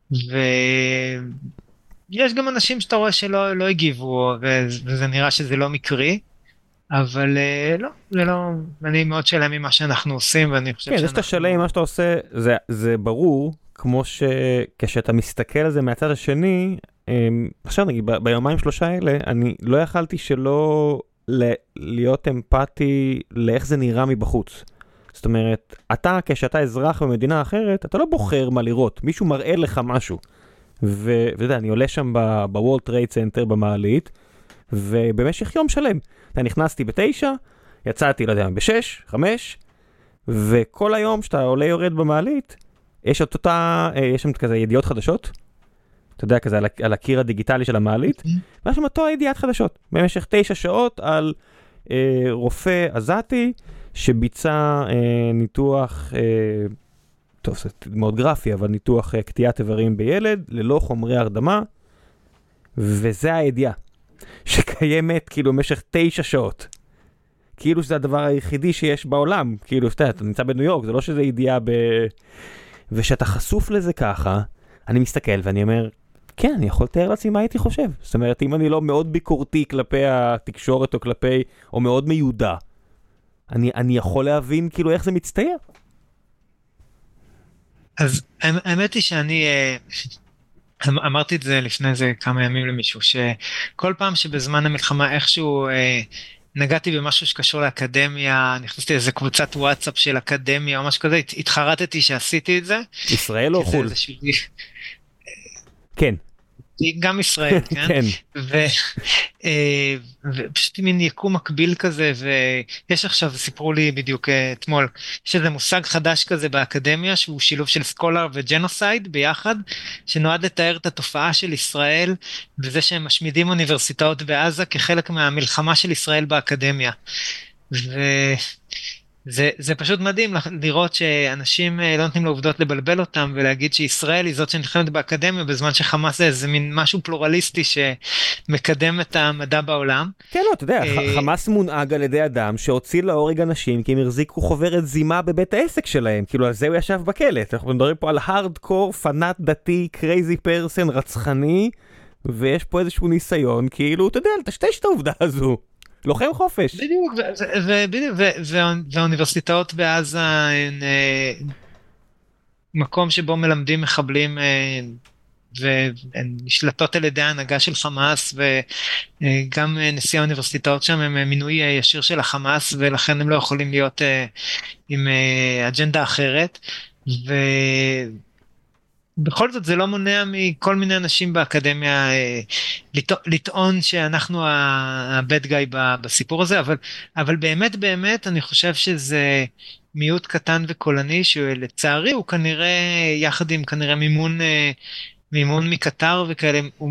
B: ויש גם אנשים שאתה רואה שלא הגיבו, וזה נראה שזה לא מקרי, אבל לא, זה לא, אני מאוד שלם ממה שאנחנו עושים, ואני חושב
A: כן, זה שאתה שלם ממה שאתה עושה, זה ברור, כמו שכשאתה מסתכל על זה מהצד השני, עכשיו נגיד, ביומיים שלושה האלה, אני לא יכלתי שלא להיות אמפתי לאיך זה נראה מבחוץ. זאת אומרת, כשאתה אזרח במדינה אחרת, אתה לא בוחר מה לראות, מישהו מראה לך משהו. ואתה יודע, אני עולה שם בוולד טרייד סנטר במעלית, ובמשך יום שלם, אתה נכנסתי ב9, יצאתי, לא יודע, ב6, 5, וכל היום שאתה עולה יורד במעלית, יש שם כזה ידיעות חדשות, אתה יודע, כזה על הקיר הדיגיטלי של המעלית, ויש שם אותו ידיעת חדשות, במשך 9 שעות על רופא עזתי, שביצע ניתוח, טוב, זה מאוד גרפי, אבל ניתוח קטיעת איברים בילד, ללא חומרי הרדמה, וזה הידיעה, שקיימת כאילו במשך 9 שעות. כאילו שזה הדבר היחידי שיש בעולם, כאילו, אתה נמצא בניו יורק, זה לא שזה ידיעה ושאתה חשוף לזה ככה, אני מסתכל ואני אומר, כן, אני יכול לתאר לעצמי מה הייתי חושב. זאת אומרת, אם אני לא מאוד ביקורתי כלפי התקשורת או מאוד מיודע, אני יכול להבין כאילו איך זה מצטייר.
B: אז האמת היא שאני אמרתי את זה לפני זה כמה ימים למישהו, שכל פעם שבזמן המלחמה איכשהו נגעתי במשהו שקשור לאקדמיה, נכנסתי לאיזה קבוצת וואטסאפ של אקדמיה או משהו כזה, התחרטתי שעשיתי את זה.
A: ישראל או חול? כן.
B: גם ישראל, כן? ופשוט מין יקום מקביל כזה, ויש עכשיו, סיפרו לי בדיוק אתמול, יש איזה מושג חדש כזה באקדמיה, שהוא שילוב של סקולר וג'נוסייד ביחד, שנועד לתאר את התופעה של ישראל, וזה שהם משמידים אוניברסיטאות בעזה, כחלק מהמלחמה של ישראל באקדמיה. זה פשוט מדהים לראות שאנשים לא נותנים לעובדות לבלבל אותם, ולהגיד שישראל היא זאת שנלחמת באקדמיה, בזמן שחמאס זה איזה מין משהו פלורליסטי שמקדם את המדע בעולם.
A: כן, לא, אתה יודע, חמאס מונהג על ידי אדם שהוציא להורג אנשים, כי הם הרזיקו חוברת זימה בבית העסק שלהם, כאילו על זה הוא ישב בכלא. אנחנו מדברים פה על הארדקור, פנאט דתי, קרייזי פרסן, רצחני, ויש פה איזשהו ניסיון, כאילו, אתה יודע, תשתש את העובדה הזו. לוחם חופש.
B: בדיוק, והאוניברסיטאות בעזה הן מקום שבו מלמדים מחבלים והן נשלטות על ידי ההנהגה של חמאס, וגם נשיא האוניברסיטאות שם הם מינוי ישיר של החמאס, ולכן הם לא יכולים להיות עם אג'נדה אחרת, ובכל זאת זה לא מונע מכל מיני אנשים באקדמיה לטעון שאנחנו ה-bad guy בסיפור הזה, אבל באמת באמת אני חושב שזה מיעוט קטן וקולני, שלצערי הוא כנראה, יחד עם כנראה מימון מקטר וכאלה, הוא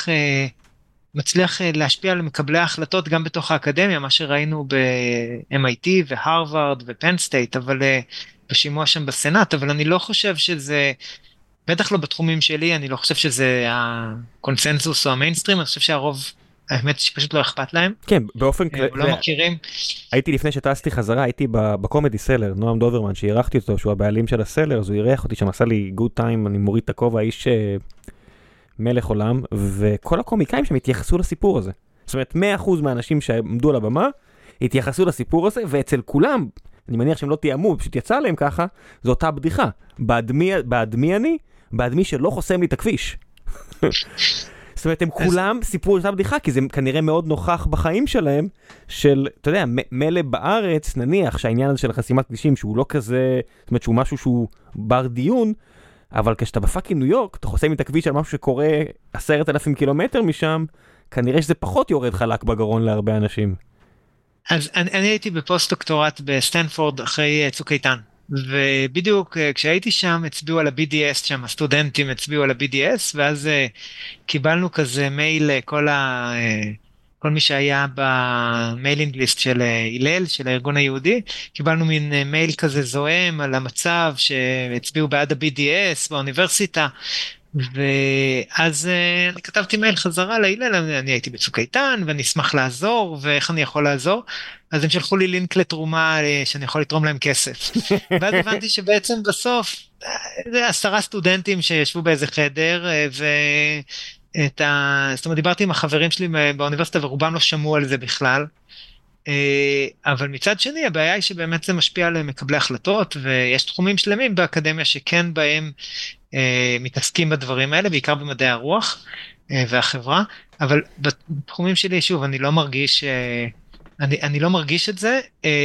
B: מצליח להשפיע על מקבלי ההחלטות גם בתוך האקדמיה, מה שראינו ב-MIT והרווארד ופן סטייט, אבל בשימוע שם בסנאט, אבל אני לא חושב שזה, בטח לא בתחומים שלי, אני לא חושב שזה הקונסנזוס או המיינסטרים, אני חושב שהרוב, האמת שפשוט לא אכפת להם.
A: כן, באופן כללי.
B: לא מכירים.
A: הייתי לפני שטסתי חזרה, הייתי בקומדי סלר, נועם דוברמן, שהירחתי אותו, שהוא הבעלים של הסלר, אז הוא הירח אותי שם, עשה לי גוד טיים, אני מוריד את הכובע, איש מלך עולם, וכל הקומיקאים שם התייחסו לסיפור הזה. זאת אומרת, 100% מהאנשים שעמדו על הבמה, התייחסו לסיפור הזה, ואצל כולם, אני מניח שהם לא תיאמו, פשוט יצא להם ככה, זו אותה בדיחה. בעד מי אני? בעד מי שלא חוסם לי את הכביש. זאת אומרת, הם כולם סיפרו את הבדיחה, כי זה כנראה מאוד נוכח בחיים שלהם, של, אתה יודע, מלא בארץ, נניח שהעניין הזה של חסימת כבישים, שהוא לא כזה, זאת אומרת, שהוא משהו שהוא בר דיון, אבל כשאתה בפאקינג ניו יורק, אתה חוסם את הכביש על משהו שקורה 10,000 קילומטר משם, כנראה שזה פחות יורד חלק בגרון להרבה אנשים.
B: אז אני הייתי בפוסט-דוקטורט בסטנפורד אחרי צוק איתן, ובדיוק כשהייתי שם הצביעו על ה-BDS שם, הסטודנטים הצביעו על ה-BDS, ואז קיבלנו כזה מייל, כל מי שהיה במיילינג ליסט של הלל, של הארגון היהודי, קיבלנו מין מייל כזה זוהם על המצב שהצביעו בעד ה-BDS באוניברסיטה, ואז אני כתבתי מייל חזרה להלל, אני הייתי בצוק איתן ואני אשמח לעזור, ואיך אני יכול לעזור, אז הם שלחו לי לינק לתרומה שאני יכול לתרום להם כסף, ואז הבנתי שבעצם בסוף, זה 10 סטודנטים שישבו באיזה חדר, זאת אומרת, דיברתי עם החברים שלי באוניברסיטה ורובם לא שמעו על זה בכלל, אבל מצד שני הבעיה היא שבאמת זה משפיע על מקבלי החלטות, ויש תחומים שלמים באקדמיה שכן בהם מתעסקים בדברים האלה, בעיקר במדעי הרוח והחברה, אבל בתחומים שלי שוב אני לא מרגיש את זה,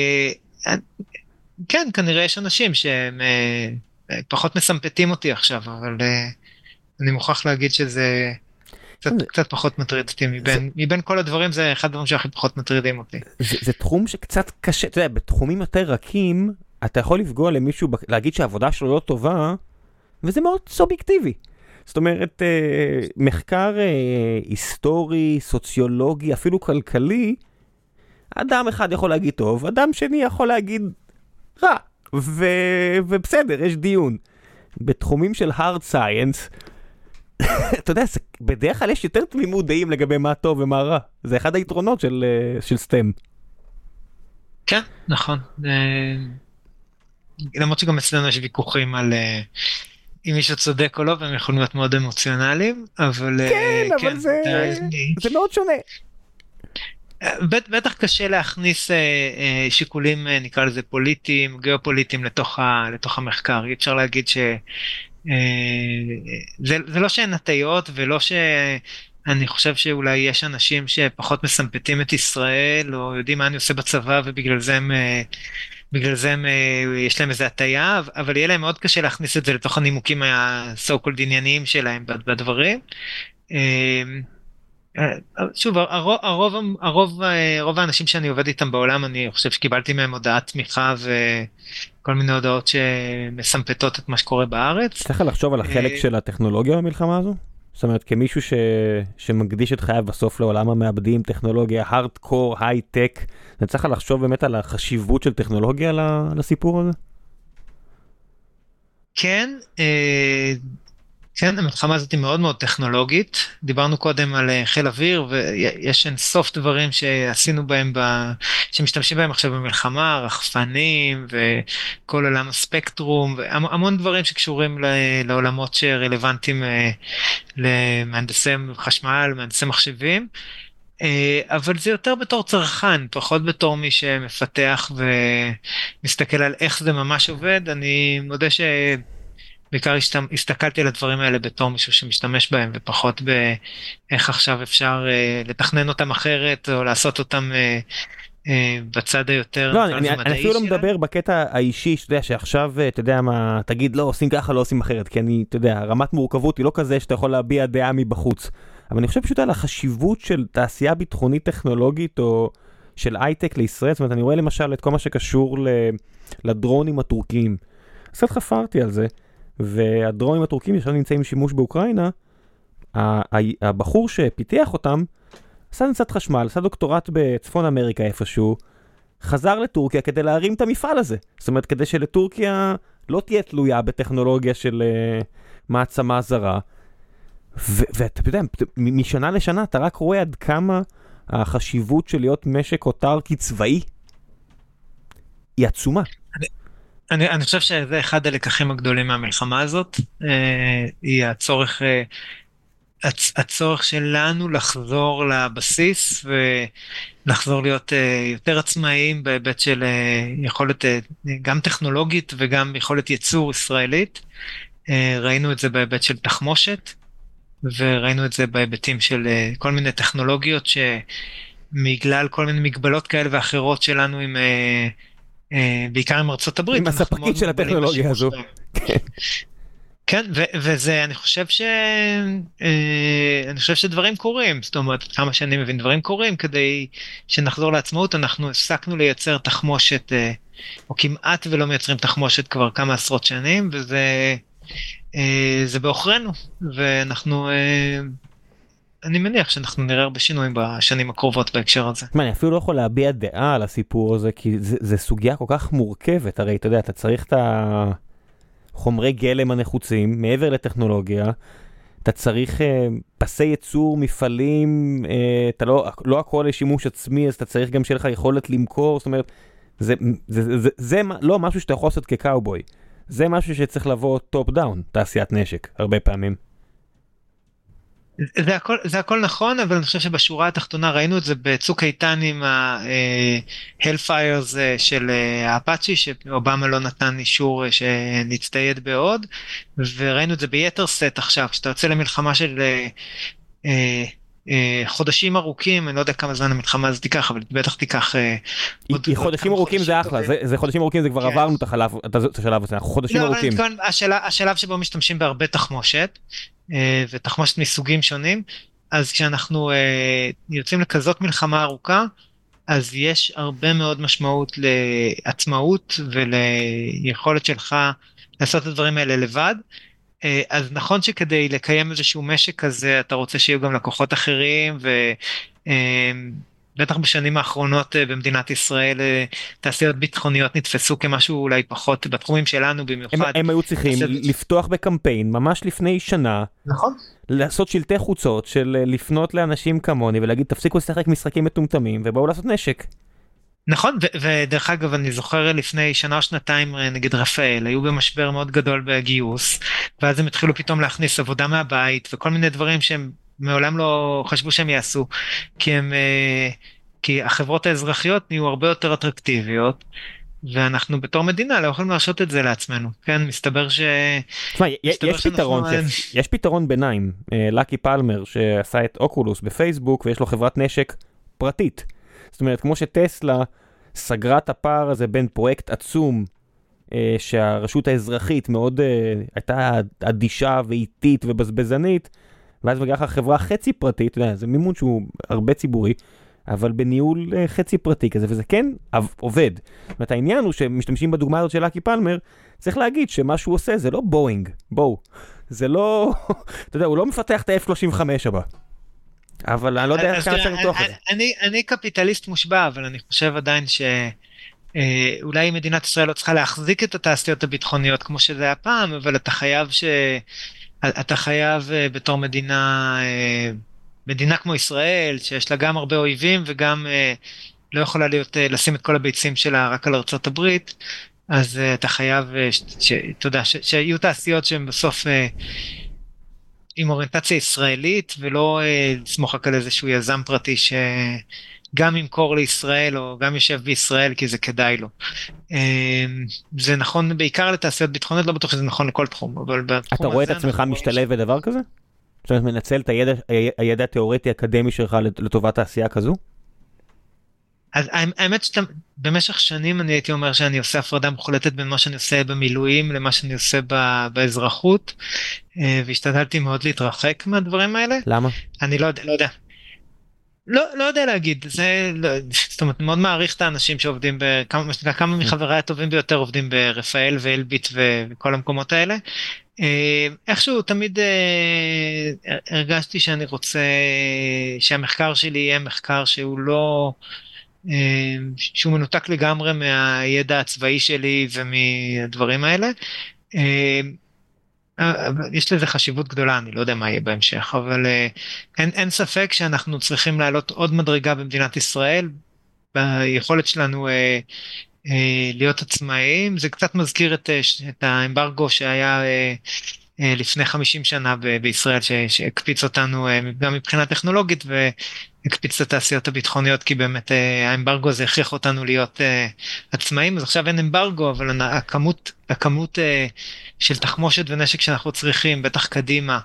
B: כן כנראה יש אנשים שהם פחות מסמפטים אותי עכשיו, אבל אני מוכרח להגיד שזה קצת פחות מטריד אותי, מבין כל הדברים זה אחד הדברים שהכי פחות מטרידים אותי.
A: זה תחום שקצת קשה, אתה יודע, בתחומים יותר רכים, אתה יכול לפגוע למישהו, להגיד שהעבודה שלו לא טובה, וזה מאוד סובייקטיבי. זאת אומרת, מחקר היסטורי, סוציולוגי, אפילו כלכלי, אדם אחד יכול להגיד טוב, אדם שני יכול להגיד רע, ובסדר, יש דיון. בתחומים של hard science, אתה יודע, בדרך כלל יש יותר תמימות דעים לגבי מה טוב ומה רע. זה אחד היתרונות של סטם.
B: כן, נכון. למרות שגם אצלנו יש ויכוחים על אם מישהו צודק או לא, והם יכולים להיות מאוד אמוציונליים, אבל
A: כן, אבל זה מאוד שונה.
B: בטח קשה להכניס שיקולים, נקרא לזה פוליטיים, גיאופוליטיים לתוך המחקר. אי אפשר להגיד זה לא שאין הטיות, ולא שאני חושב שאולי יש אנשים שפחות מסמפטים את ישראל, או יודעים מה אני עושה בצבא, ובגלל זה יש להם איזה הטיה, אבל יהיה להם מאוד קשה להכניס את זה לתוך הנימוקים ה-so called ענייניים שלהם בדברים. שוב, הרוב האנשים שאני עובד איתם בעולם, אני חושב שקיבלתי מהם הודעת תמיכה וכל מיני הודעות שמסמפתות את מה שקורה בארץ.
A: צריך לחשוב על החלק של הטכנולוגיה במלחמה הזו? זאת אומרת, כמישהו שמקדיש את חייו בסוף לעולם המעבדים, טכנולוגיה, הארדקור, הייטק, אני צריך לחשוב באמת על החשיבות של טכנולוגיה לסיפור הזה?
B: כן, כן, המלחמה הזאת היא מאוד מאוד טכנולוגית. דיברנו קודם על חיל אוויר, ויש אין סוף דברים שעשינו בהם, שמשתמשים בהם עכשיו במלחמה, רחפנים, וכל עולם הספקטרום, והמון דברים שקשורים לעולמות שרלוונטיים למהנדסי חשמל, מהנדסי מחשבים, אבל זה יותר בתור צרכן, פחות בתור מי שמפתח ומסתכל על איך זה ממש עובד. אני מודה בעיקר הסתכלתי על הדברים האלה בתור מישהו שמשתמש בהם, ופחות באיך עכשיו אפשר לתכנן אותם אחרת, או לעשות אותם בצד היותר
A: לא, אני אפילו לא מדבר בקטע האישי, שאתה יודע, שעכשיו, אתה יודע מה, תגיד, לא, עושים ככה, לא עושים אחרת, כי אני, אתה יודע, רמת מורכבות היא לא כזה שאתה יכול להביע דעה מבחוץ. אבל אני חושב פשוט על החשיבות של תעשייה ביטחונית טכנולוגית, או של הייטק לישראל, זאת אומרת, אני רואה למשל את כל מה שקשור לדרונים הטורקיים. קצת חפרתי על זה, והדרונים הטורקיים עכשיו נמצאים בשימוש באוקראינה, הבחור שפיתח אותם, עשה קצת חשמל, עשה דוקטורט בצפון אמריקה איפשהו, חזר לטורקיה כדי להרים את המפעל הזה. זאת אומרת, כדי שלטורקיה לא תהיה תלויה בטכנולוגיה של מעצמה זרה. ואתה יודע, משנה לשנה אתה רק רואה עד כמה החשיבות של להיות משק אוטרקי צבאי היא עצומה.
B: אני חושב שזה אחד הלקחים הגדולים מהמלחמה הזאת, היא הצורך שלנו לחזור לבסיס ולחזור להיות יותר עצמאיים בהיבט של יכולת גם טכנולוגית וגם יכולת ייצור ישראלית. ראינו את זה בהיבט של תחמושת, וראינו את זה בהיבטים של כל מיני טכנולוגיות שמגלל כל מיני מגבלות כאלה ואחרות שלנו עם בעיקר עם ארצות הברית.
A: עם הספקית של הטכנולוגיה הזו.
B: כן, וזה, אני חושב שדברים קורים, זאת אומרת, כמה שאני מבין, דברים קורים, כדי שנחזור לעצמאות, אנחנו הפסקנו לייצר תחמושת, או כמעט ולא מייצרים תחמושת כבר כמה עשרות שנים, וזה באוכרנו, ואנחנו, אני מניח שאנחנו נראה הרבה שינויים בשנים הקרובות בהקשר הזה.
A: אני אפילו לא יכול להביע דעה על הסיפור הזה, כי זה סוגיה כל כך מורכבת, הרי אתה יודע, אתה צריך את חומרי גלם הנחוצים, מעבר לטכנולוגיה, אתה צריך פסי ייצור, מפעלים, אתה לא הכל לשימוש עצמי, אז אתה צריך גם שיהיה לך יכולת למכור, זאת אומרת, זה לא משהו שאתה יכול לעשות כקאובוי, זה משהו שצריך לבוא טופ דאון, תעשיית נשק, הרבה פעמים.
B: זה הכל נכון, אבל אני חושב שבשורה התחתונה ראינו את זה בצוק איתן עם ה-Hellfires של האפאצ'י, שאובמה לא נתן אישור שנצטייד בעוד, וראינו את זה ביתר סט עכשיו, כשאתה יוצא למלחמה של חודשים ארוכים, אני לא יודע כמה זמן המלחמה הזאת תיקח, אבל בטח תיקח
A: חודשים ארוכים זה אחלה, זה חודשים ארוכים זה כבר עברנו את השלב הזה, חודשים ארוכים.
B: השלב שבו משתמשים בהרבה תחמושת, ותחמושת מסוגים שונים, אז כשאנחנו יוצאים לכזאת מלחמה ארוכה, אז יש הרבה מאוד משמעות לעצמאות וליכולת שלך לעשות את הדברים האלה לבד. אז נכון שכדי לקיים איזשהו משק כזה, אתה רוצה שיהיו גם לקוחות אחרים, ובטח בשנים האחרונות במדינת ישראל, תעשיות ביטחוניות נתפסו כמשהו אולי פחות בתחומים שלנו במיוחד.
A: הם היו צריכים לפתוח בקמפיין, ממש לפני שנה,
B: נכון.
A: לעשות שלטי חוצות של לפנות לאנשים כמוני, ולהגיד תפסיקו לשחק משחקים מטומטמים, ובאו לעשות נשק.
B: נכון, ודרך אגב אני זוכר לפני שנה או שנתיים נגד רפאל, היו במשבר מאוד גדול בגיוס, ואז הם התחילו פתאום להכניס עבודה מהבית, וכל מיני דברים שהם מעולם לא חשבו שהם יעשו, כי החברות האזרחיות נהיו הרבה יותר אטרקטיביות, ואנחנו בתור מדינה לא יכולים להרשות את זה לעצמנו, כן, מסתבר
A: יש פתרון ביניים, לקי פלמר שעשה את אוקולוס בפייסבוק, ויש לו חברת נשק פרטית, זאת אומרת, כמו שטסלה סגרה את הפער הזה בין פרויקט עצום, שהרשות האזרחית מאוד הייתה אדישה ואיטית ובזבזנית, ואז מגיעה לך חברה חצי פרטית, זה מימון שהוא הרבה ציבורי, אבל בניהול חצי פרטי כזה, וזה כן עובד. זאת אומרת, העניין הוא שמשתמשים בדוגמה הזאת של לקי פלמר, צריך להגיד שמה שהוא עושה זה לא בואינג, זה לא, אתה יודע, הוא לא מפתח את ה-F-35 הבא. אבל אני לא יודע איך כאן צריך לתוך את זה.
B: אני קפיטליסט מושבע, אבל אני חושב עדיין שאולי מדינת ישראל לא צריכה להחזיק את התעשיות הביטחוניות כמו שזה היה פעם, אבל אתה חייב בתור מדינה כמו ישראל, שיש לה גם הרבה אויבים וגם לא יכולה לשים את כל הביצים שלה רק על ארצות הברית, אז אתה חייב, אתה יודע, שיהיו תעשיות שהן בסוף עם אוריינטציה ישראלית, ולא לסמוך רק על איזשהו יזם פרטי גם ימכור לישראל או גם יושב בישראל כי זה כדאי לו. זה נכון בעיקר לתעשיות ביטחוניות, לא בטוח שזה נכון לכל תחום, אבל בתחום הזה...
A: אתה רואה את עצמך משתלב בדבר כזה? זאת אומרת, מנצל את הידע התיאורטי האקדמי שלך לטובת תעשייה כזו?
B: אז האמת שבמשך שנים אני הייתי אומר שאני עושה הפרדה מוחלטת בין מה שאני עושה במילואים למה שאני עושה באזרחות, והשתדלתי מאוד להתרחק מהדברים האלה.
A: למה?
B: אני לא יודע. לא יודע להגיד, זאת אומרת, מאוד מעריך את האנשים שעובדים, כמה מחבריי הטובים ביותר עובדים ברפאל ואלביט וכל המקומות האלה. איכשהו תמיד הרגשתי שאני רוצה שהמחקר שלי יהיה מחקר שהוא לא, שהוא מנותק לגמרי מהידע הצבאי שלי ומהדברים האלה. יש לזה חשיבות גדולה, אני לא יודע מה יהיה בהמשך, אבל אין ספק שאנחנו צריכים לעלות עוד מדרגה במדינת ישראל, ביכולת שלנו להיות עצמאיים. זה קצת מזכיר את האמברגו שהיה לפני 50 שנה בישראל, שהקפיץ אותנו גם מבחינה טכנולוגית, והקפיץ את התעשיות הביטחוניות, כי באמת האמברגו הזה הכריח אותנו להיות עצמאיים. אז עכשיו אין אמברגו, אבל הכמות של תחמושת ונשק שאנחנו צריכים, בטח קדימה,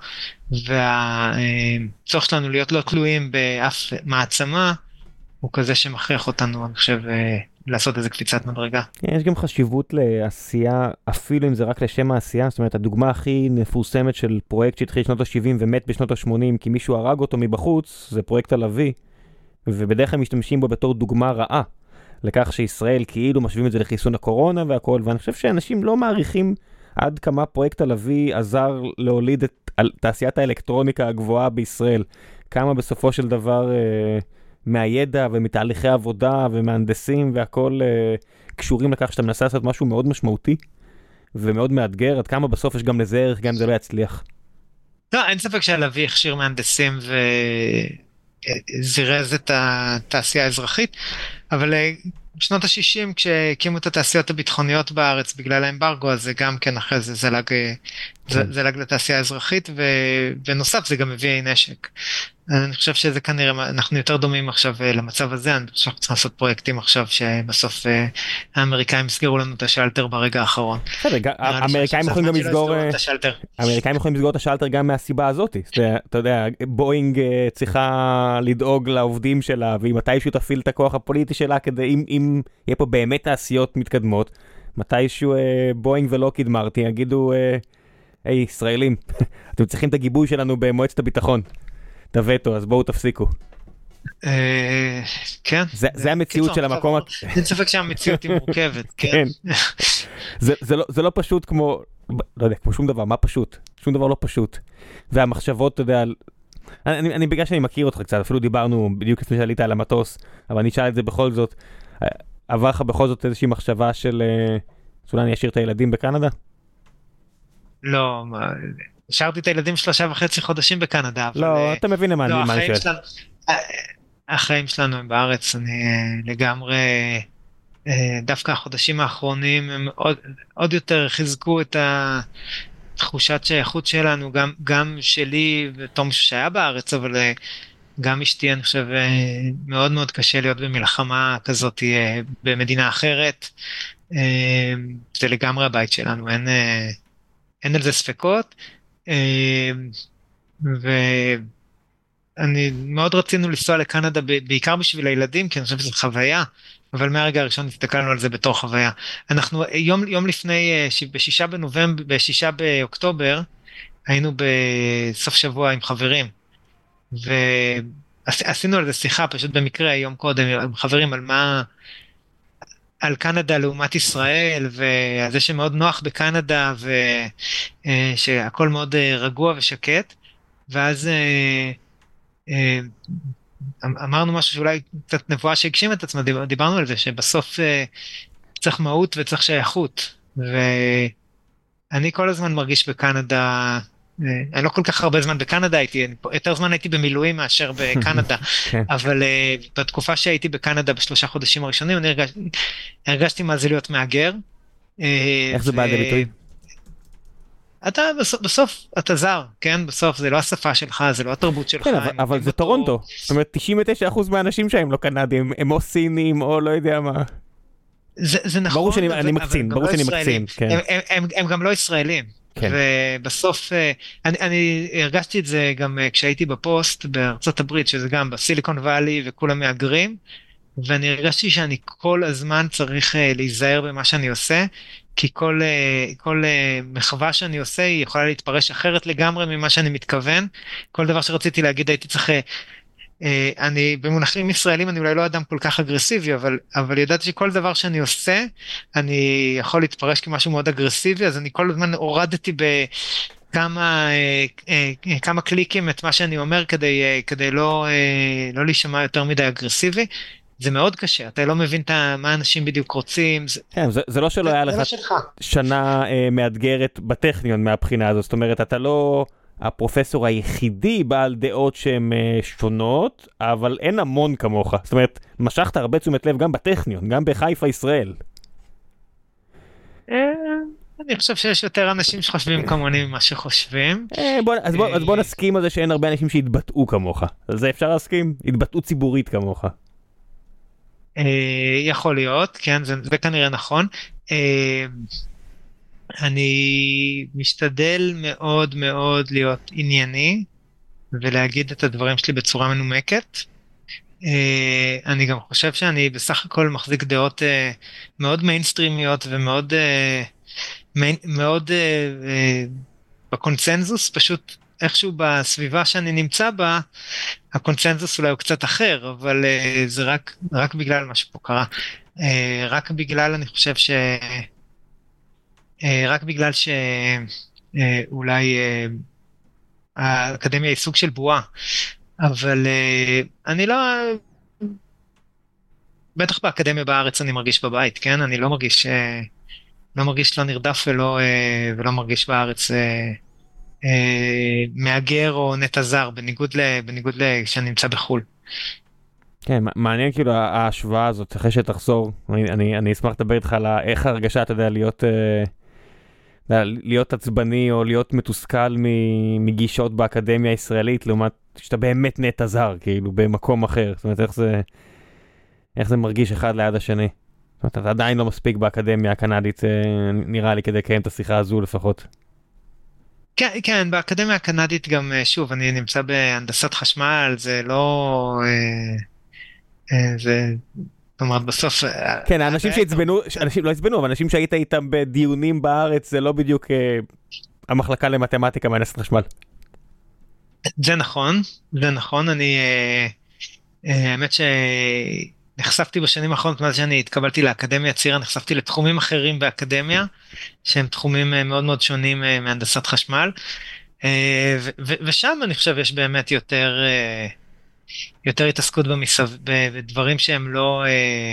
B: והצורך שלנו להיות לא תלויים באף מעצמה, הוא כזה שמכריח אותנו, אני חושב, לעשות איזה קפיצת מדרגה.
A: יש גם חשיבות לעשייה, אפילו אם זה רק לשם העשייה. זאת אומרת, הדוגמה הכי מפורסמת של פרויקט שהתחיל שנות ה-70 ומת בשנות ה-80, כי מישהו הרג אותו מבחוץ, זה פרויקט הלוי, ובדרך כלל משתמשים בו בתור דוגמה רעה, לכך שישראל כאילו משווים את זה לחיסון הקורונה והכל, ואני חושב שאנשים לא מעריכים עד כמה פרויקט הלוי עזר להוליד את תעשיית האלקטרוניקה הגבוהה בישראל. כמה בסופו של דבר מהידע ומתהליכי עבודה ומהנדסים והכל קשורים לכך שאתה מנסה לעשות משהו מאוד משמעותי ומאוד מאתגר, עד כמה בסוף יש גם לזה ערך, גם אם זה לא יצליח.
B: לא, אין ספק שהלוי הכשיר מהנדסים וזירז את התעשייה האזרחית, אבל בשנות ה-60 כשהקימו את התעשיות הביטחוניות בארץ בגלל האמברגו, אז זה גם כן אחרי זה זלג לתעשייה האזרחית, ובנוסף זה גם מביא נשק. אני חושב שזה כנראה, אנחנו יותר דומים עכשיו למצב הזה, אני חושב שצריך לעשות פרויקטים עכשיו שבסוף האמריקאים סגרו לנו את השלטר ברגע האחרון.
A: האמריקאים יכולים גם לסגור את השלטר גם מהסיבה הזאת. אתה יודע, בואינג צריכה לדאוג לעובדים שלה, והיא מתישהו תפעיל את הכוח הפוליטי שלה, כדי אם יהיה פה באמת תעשיות מתקדמות, מתישהו בואינג ולוקיד מרטין יגידו, היי ישראלים, אתם צריכים את הגיבוי שלנו במועצת הביטחון. תווטו, אז בואו תפסיקו.
B: כן.
A: זה המציאות של המקום.
B: אין ספק שהמציאות היא מורכבת, כן.
A: זה לא פשוט כמו, לא יודע, כמו שום דבר, מה פשוט? שום דבר לא פשוט. והמחשבות, אתה יודע, אני בגלל שאני מכיר אותך קצת, אפילו דיברנו בדיוק לפני שעלית על המטוס, אבל אני אשאל את זה בכל זאת, עבר לך בכל זאת איזושהי מחשבה של, אולי אני אשאיר את הילדים בקנדה?
B: לא, השארתי את הילדים 3.5 חודשים בקנדה.
A: לא, אתה מבין למה אני שואל.
B: החיים שלנו הם בארץ, אני לגמרי, דווקא החודשים האחרונים הם עוד יותר חיזקו את התחושת שייכות שלנו, גם שלי ותום שהיה בארץ, אבל גם אשתי, אני חושב, מאוד מאוד קשה להיות במלחמה כזאת במדינה אחרת. זה לגמרי הבית שלנו, אין על זה ספקות. ואני מאוד רצינו לנסוע לקנדה בעיקר בשביל הילדים, כי אני חושב שזו חוויה, אבל מהרגע הראשון הסתכלנו על זה בתור חוויה. אנחנו יום לפני, ב6 באוקטובר, היינו בסוף שבוע עם חברים, ועשינו על זה שיחה פשוט במקרה יום קודם עם חברים על קנדה לעומת ישראל, וזה שמאוד נוח בקנדה, ושהכל מאוד רגוע ושקט, ואז אמרנו משהו שאולי קצת נבואה שהגשים את עצמה, דיברנו על זה, שבסוף צריך מהות וצריך שייכות, ואני כל הזמן מרגיש בקנדה, אני לא כל כך הרבה זמן בקנדה יותר זמן הייתי במילואים מאשר בקנדה, אבל בתקופה שהייתי בקנדה ב3 חודשים הראשונים, אני הרגשתי מה זה להיות מהגר.
A: איך זה בא לידי ביטוי?
B: בסוף אתה זר, כן? בסוף זה לא השפה שלך, זה לא התרבות שלך.
A: כן, אבל זה טורונטו. זאת אומרת, 99% מהאנשים שהם לא קנדים, הם או סינים או לא יודע מה.
B: זה נכון,
A: ברור שאני מקצין, ברור שאני מקצין, כן.
B: הם גם לא ישראלים. ובסוף, אני הרגשתי את זה גם כשהייתי בפוסט בארצות הברית, שזה גם בסיליקון ואלי וכולם מהגרים, ואני הרגשתי שאני כל הזמן צריך להיזהר במה שאני עושה, כי כל מחווה שאני עושה היא יכולה להתפרש אחרת לגמרי ממה שאני מתכוון. כל דבר שרציתי להגיד הייתי צריך, אני במונחים ישראלים אני אולי לא אדם כל כך אגרסיבי, אבל ידעתי שכל דבר שאני עושה, אני יכול להתפרש כמשהו מאוד אגרסיבי, אז אני כל הזמן הורדתי כמה קליקים את מה שאני אומר, כדי לא להישמע יותר מדי אגרסיבי. זה מאוד קשה, אתה לא מבין מה אנשים בדיוק רוצים.
A: כן, זה לא שלא היה לך שנה מאתגרת בטכניון מהבחינה הזאת, זאת אומרת, אתה לא הפרופסור היחידי בעל דעות שהן שונות, אבל אין המון כמוך. זאת אומרת, משכת הרבה תשומת לב גם בטכניון, גם בחיפה ישראל.
B: אני חושב שיש יותר אנשים שחושבים כמוני ממה שחושבים.
A: אז בוא נסכים על זה שאין הרבה אנשים שהתבטאו כמוך. על זה אפשר להסכים? התבטאו ציבורית כמוך.
B: יכול להיות, כן, זה כנראה נכון. אני משתדל מאוד מאוד להיות ענייני, ולהגיד את הדברים שלי בצורה מנומקת. אני גם חושב שאני בסך הכל מחזיק דעות מאוד מיינסטרימיות, ומאוד מאוד בקונצנזוס, פשוט איכשהו בסביבה שאני נמצא בה, הקונצנזוס אולי הוא קצת אחר, אבל זה רק בגלל מה שפה קרה. רק בגלל, אני חושב רק בגלל שאולי האקדמיה היא סוג של בועה, אבל אני בטח באקדמיה בארץ אני מרגיש בבית, כן? אני לא מרגיש לא נרדף ולא מרגיש בארץ מאגר או נטע זר, בניגוד כשאני נמצא בחול.
A: כן, מעניין כאילו ההשוואה הזאת, אחרי שתחזור, אני אשמח לדבר איתך על איך הרגשה, אתה יודע, להיות עצבני או להיות מתוסכל מגישות באקדמיה הישראלית, לעומת שאתה באמת נטע זר, כאילו, במקום אחר. זאת אומרת, איך זה מרגיש אחד ליד השני. זאת אומרת, אתה עדיין לא מספיק באקדמיה הקנדית, נראה לי, כדי לקיים את השיחה הזו לפחות.
B: כן, באקדמיה הקנדית גם, שוב, אני נמצא בהנדסת חשמל, זה לא... זאת אומרת, בסוף...
A: כן, האנשים שהצבנו, אנשים לא הצבנו, אבל אנשים שהיית איתם בדיונים בארץ, זה לא בדיוק המחלקה למתמטיקה מהנדסת חשמל.
B: זה נכון, אני... האמת שנחשפתי בשנים האחרונות, מאז שאני התקבלתי לאקדמיה צעירה, נחשפתי לתחומים אחרים באקדמיה, שהם תחומים מאוד מאוד שונים מהנדסת חשמל, ושם אני חושב יש באמת יותר התעסקות בדברים שהם לא,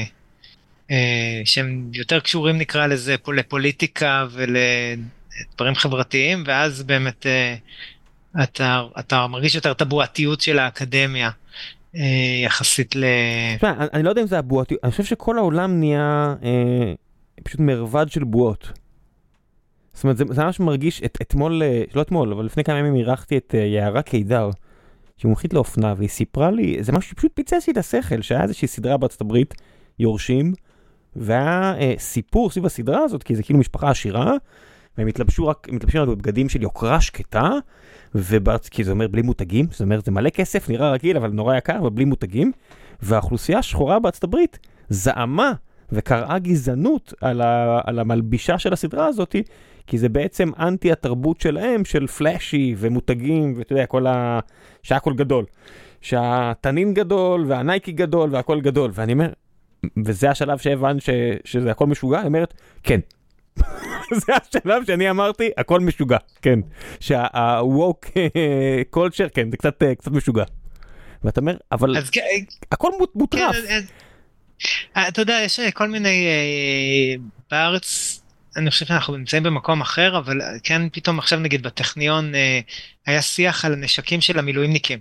B: שהם יותר קשורים נקרא לזה לפוליטיקה ולדברים חברתיים, ואז באמת אתה מרגיש יותר את הבועתיות של האקדמיה יחסית
A: אני לא יודע אם זה הבועתיות, אני חושב שכל העולם נהיה פשוט מרבד של בועות. זאת אומרת, זה ממש מרגיש, אתמול, לא אתמול, אבל לפני כמה ימים אירחתי את יערה קידר, שהיא מומחית לאופנה, והיא סיפרה לי, זה משהו שפשוט פיצץ לי את השכל, שהיה איזושהי סדרה בארצות הברית, יורשים, והיה סיפור סביב הסדרה הזאת, כי זה כאילו משפחה עשירה, והם התלבשו רק בבגדים של יוקרה שקטה, כי זה אומר בלי מותגים, זאת אומרת, זה מלא כסף, נראה רגיל, אבל נורא יקר, אבל בלי מותגים, והאוכלוסייה השחורה בארצות הברית זעמה וקראה גזענות על המלבישה של הסדרה הזאת, כי זה בעצם אנטי התרבות שלהם, של פלאשי ומותגים, ואתה יודע, שהכל גדול. שהתנין גדול, והנייקי גדול, והכל גדול. ואני אומר, וזה השלב שהבן שזה הכל משוגע, היא אומרת, כן. זה השלב שאני אמרתי, הכל משוגע, כן. שהווק קולצ'ר, כן, זה קצת משוגע. ואתה אומר, אבל הכל מוטרף.
B: אתה יודע, יש כל מיני, בארץ, אני חושב שאנחנו נמצאים במקום אחר, אבל כן פתאום עכשיו נגיד בטכניון היה שיח על נשקים של המילואימניקים.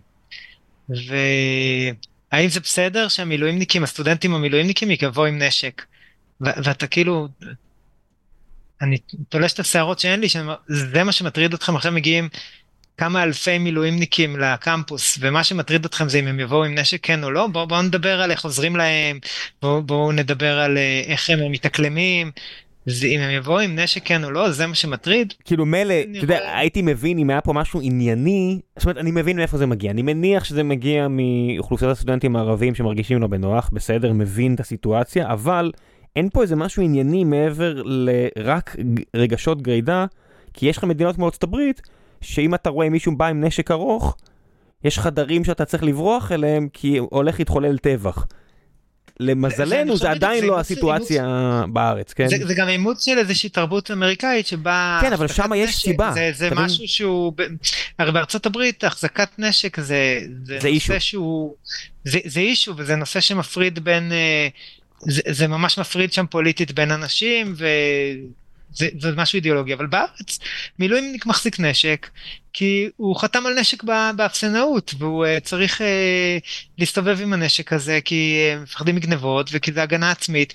B: והאם זה בסדר שהמילואימניקים, הסטודנטים המילואימניקים יבואו עם נשק? ואתה כאילו, אני תולש את השערות שאין לי, זה מה שמטריד אתכם, עכשיו מגיעים כמה אלפי מילואימניקים לקמפוס, ומה שמטריד אתכם זה אם הם יבואו עם נשק כן או לא, בואו נדבר על איך עוזרים להם, בואו נדבר על איך הם מתאקלמים, אם הם יבואו עם נשק כן או לא, זה מה שמטריד.
A: כאילו מלא, אתה יודע, הייתי מבין אם היה פה משהו ענייני, זאת אומרת, אני מבין מאיפה זה מגיע, אני מניח שזה מגיע מאוכלוסיית הסטודנטים הערבים שמרגישים לא בנוח, בסדר, מבין את הסיטואציה, אבל אין פה איזה משהו ענייני מעבר לרק רגשות גרידה, כי יש לך מדינות כמו ארצות הברית, שאם אתה רואה מישהו בא עם נשק ארוך, יש חדרים שאתה צריך לברוח אליהם, כי הולך להתחולל טבח. למזלנו זה עדיין לא הסיטואציה בארץ, כן?
B: זה גם אימוץ של איזושהי תרבות אמריקאית שבה...
A: כן, אבל שם יש סיבה.
B: זה משהו שהוא... הרי בארצות הברית, החזקת נשק זה נושא שהוא... זה אישו, וזה נושא שמפריד בין... זה ממש מפריד שם פוליטית בין אנשים, זה משהו אידיאולוגי, אבל בארץ מילואימניק מחזיק נשק, כי הוא חתם על נשק באפסנאות, והוא צריך להסתובב עם הנשק הזה, כי מפחדים מגנבות, וכי זה הגנה עצמית,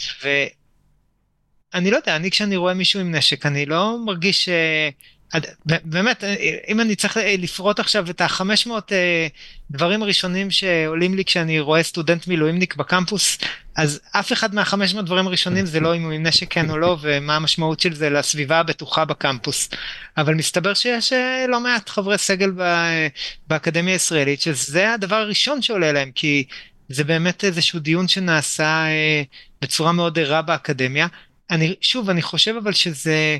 B: ואני לא יודע, כשאני רואה מישהו עם נשק, אני לא מרגיש באמת, אם אני צריך לפרוט עכשיו את ה-500 דברים הראשונים שעולים לי כשאני רואה סטודנט מילואימניק בקמפוס, אז אף אחד מה-500 דברים הראשונים זה לא אם הוא עם נשק כן או לא, ומה המשמעות של זה לסביבה הבטוחה בקמפוס. אבל מסתבר שיש לא מעט חברי סגל באקדמיה הישראלית, שזה הדבר הראשון שעולה להם, כי זה באמת איזשהו דיון שנעשה בצורה מאוד ערה באקדמיה. אני חושב אבל שזה...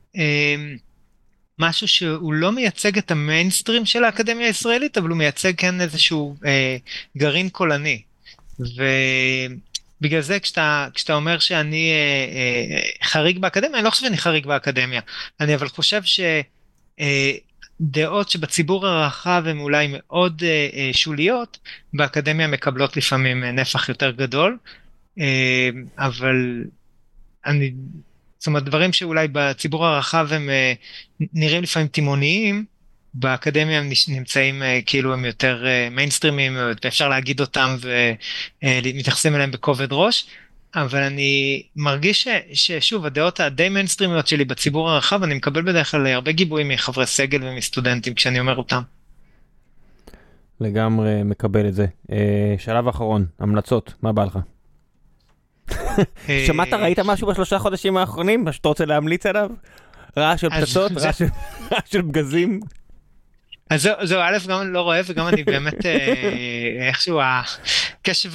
B: משהו שהוא לא מייצג את המיינסטרים של האקדמיה הישראלית, אבל הוא מייצג כן איזשהו גרעין קולני. ובגלל זה כשאתה אומר שאני חריג באקדמיה, אני לא חושב שאני חריג באקדמיה. אני אבל חושב שדעות שבציבור הרחב הן אולי מאוד שוליות, באקדמיה מקבלות לפעמים נפח יותר גדול. אבל זאת אומרת, דברים שאולי בציבור הרחב הם נראים לפעמים תימוניים, באקדמיה הם נמצאים כאילו הם יותר מיינסטרימים, ואפשר להגיד אותם ומתייחסים אליהם בכובד ראש, אבל אני מרגיש ששוב, הדעות הדי מיינסטרימיות שלי בציבור הרחב, אני מקבל בדרך כלל הרבה גיבויים מחברי סגל ומסטודנטים כשאני אומר אותם.
A: לגמרי מקבל את זה. שלב אחרון, המלצות, מה בא לך? שמעת, ראית משהו בשלושה חודשים האחרונים? מה שאתה רוצה להמליץ עליו? רעש של פצצות, רעש של פגזים?
B: אז זהו, א' גם לא רואה, וגם אני באמת איכשהו הקשב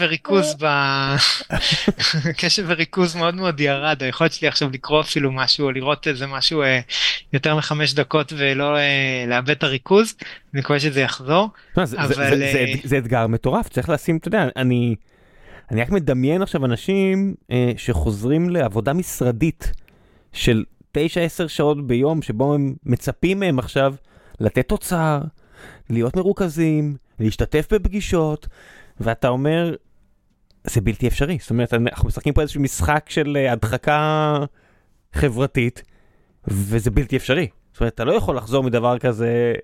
B: וריכוז מאוד מאוד ירד, היכולת שלי עכשיו לקרוא אפילו משהו, או לראות איזה משהו יותר מ5 דקות ולא לאבד את הריכוז, אני מקווה שזה יחזור.
A: זה אתגר מטורף, צריך לשים, אתה יודע, אני רק מדמיין עכשיו אנשים שחוזרים לעבודה משרדית של 9-10 שעות ביום, שבו הם מצפים מהם עכשיו לתת תוצר, להיות מרוכזים, להשתתף בפגישות, ואתה אומר, זה בלתי אפשרי. זאת אומרת, אנחנו משחקים פה איזשהו משחק של הדחקה חברתית, וזה בלתי אפשרי. זאת אומרת, אתה לא יכול לחזור מדבר כזה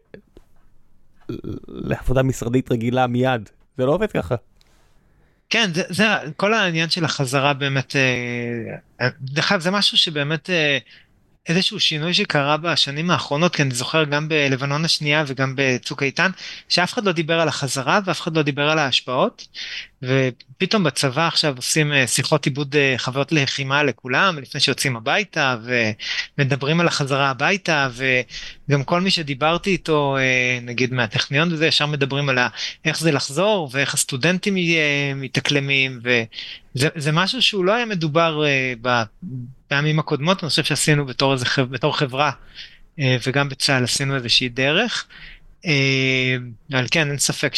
A: לעבודה משרדית רגילה מיד. זה לא עובד ככה.
B: כן, זה כל העניין של החזרה באמת, זה משהו שבאמת איזשהו שינוי שקרה בשנים האחרונות, כי אני זוכר גם בלבנון השנייה וגם בצוק איתן, שאף אחד לא דיבר על החזרה ואף אחד לא דיבר על ההשפעות, ופתאום בצבא עכשיו עושים שיחות עיבוד חוויות לחימה לכולם, לפני שיוצאים הביתה, ומדברים על החזרה הביתה, וגם כל מי שדיברתי איתו, נגיד מהטכניון וזה, ישר מדברים על איך זה לחזור, ואיך הסטודנטים מתאקלמים, וזה משהו שהוא לא היה מדובר בפעמים הקודמות, אני חושב שעשינו בתור חברה, וגם בצה"ל עשינו איזושהי דרך, אבל כן, אין ספק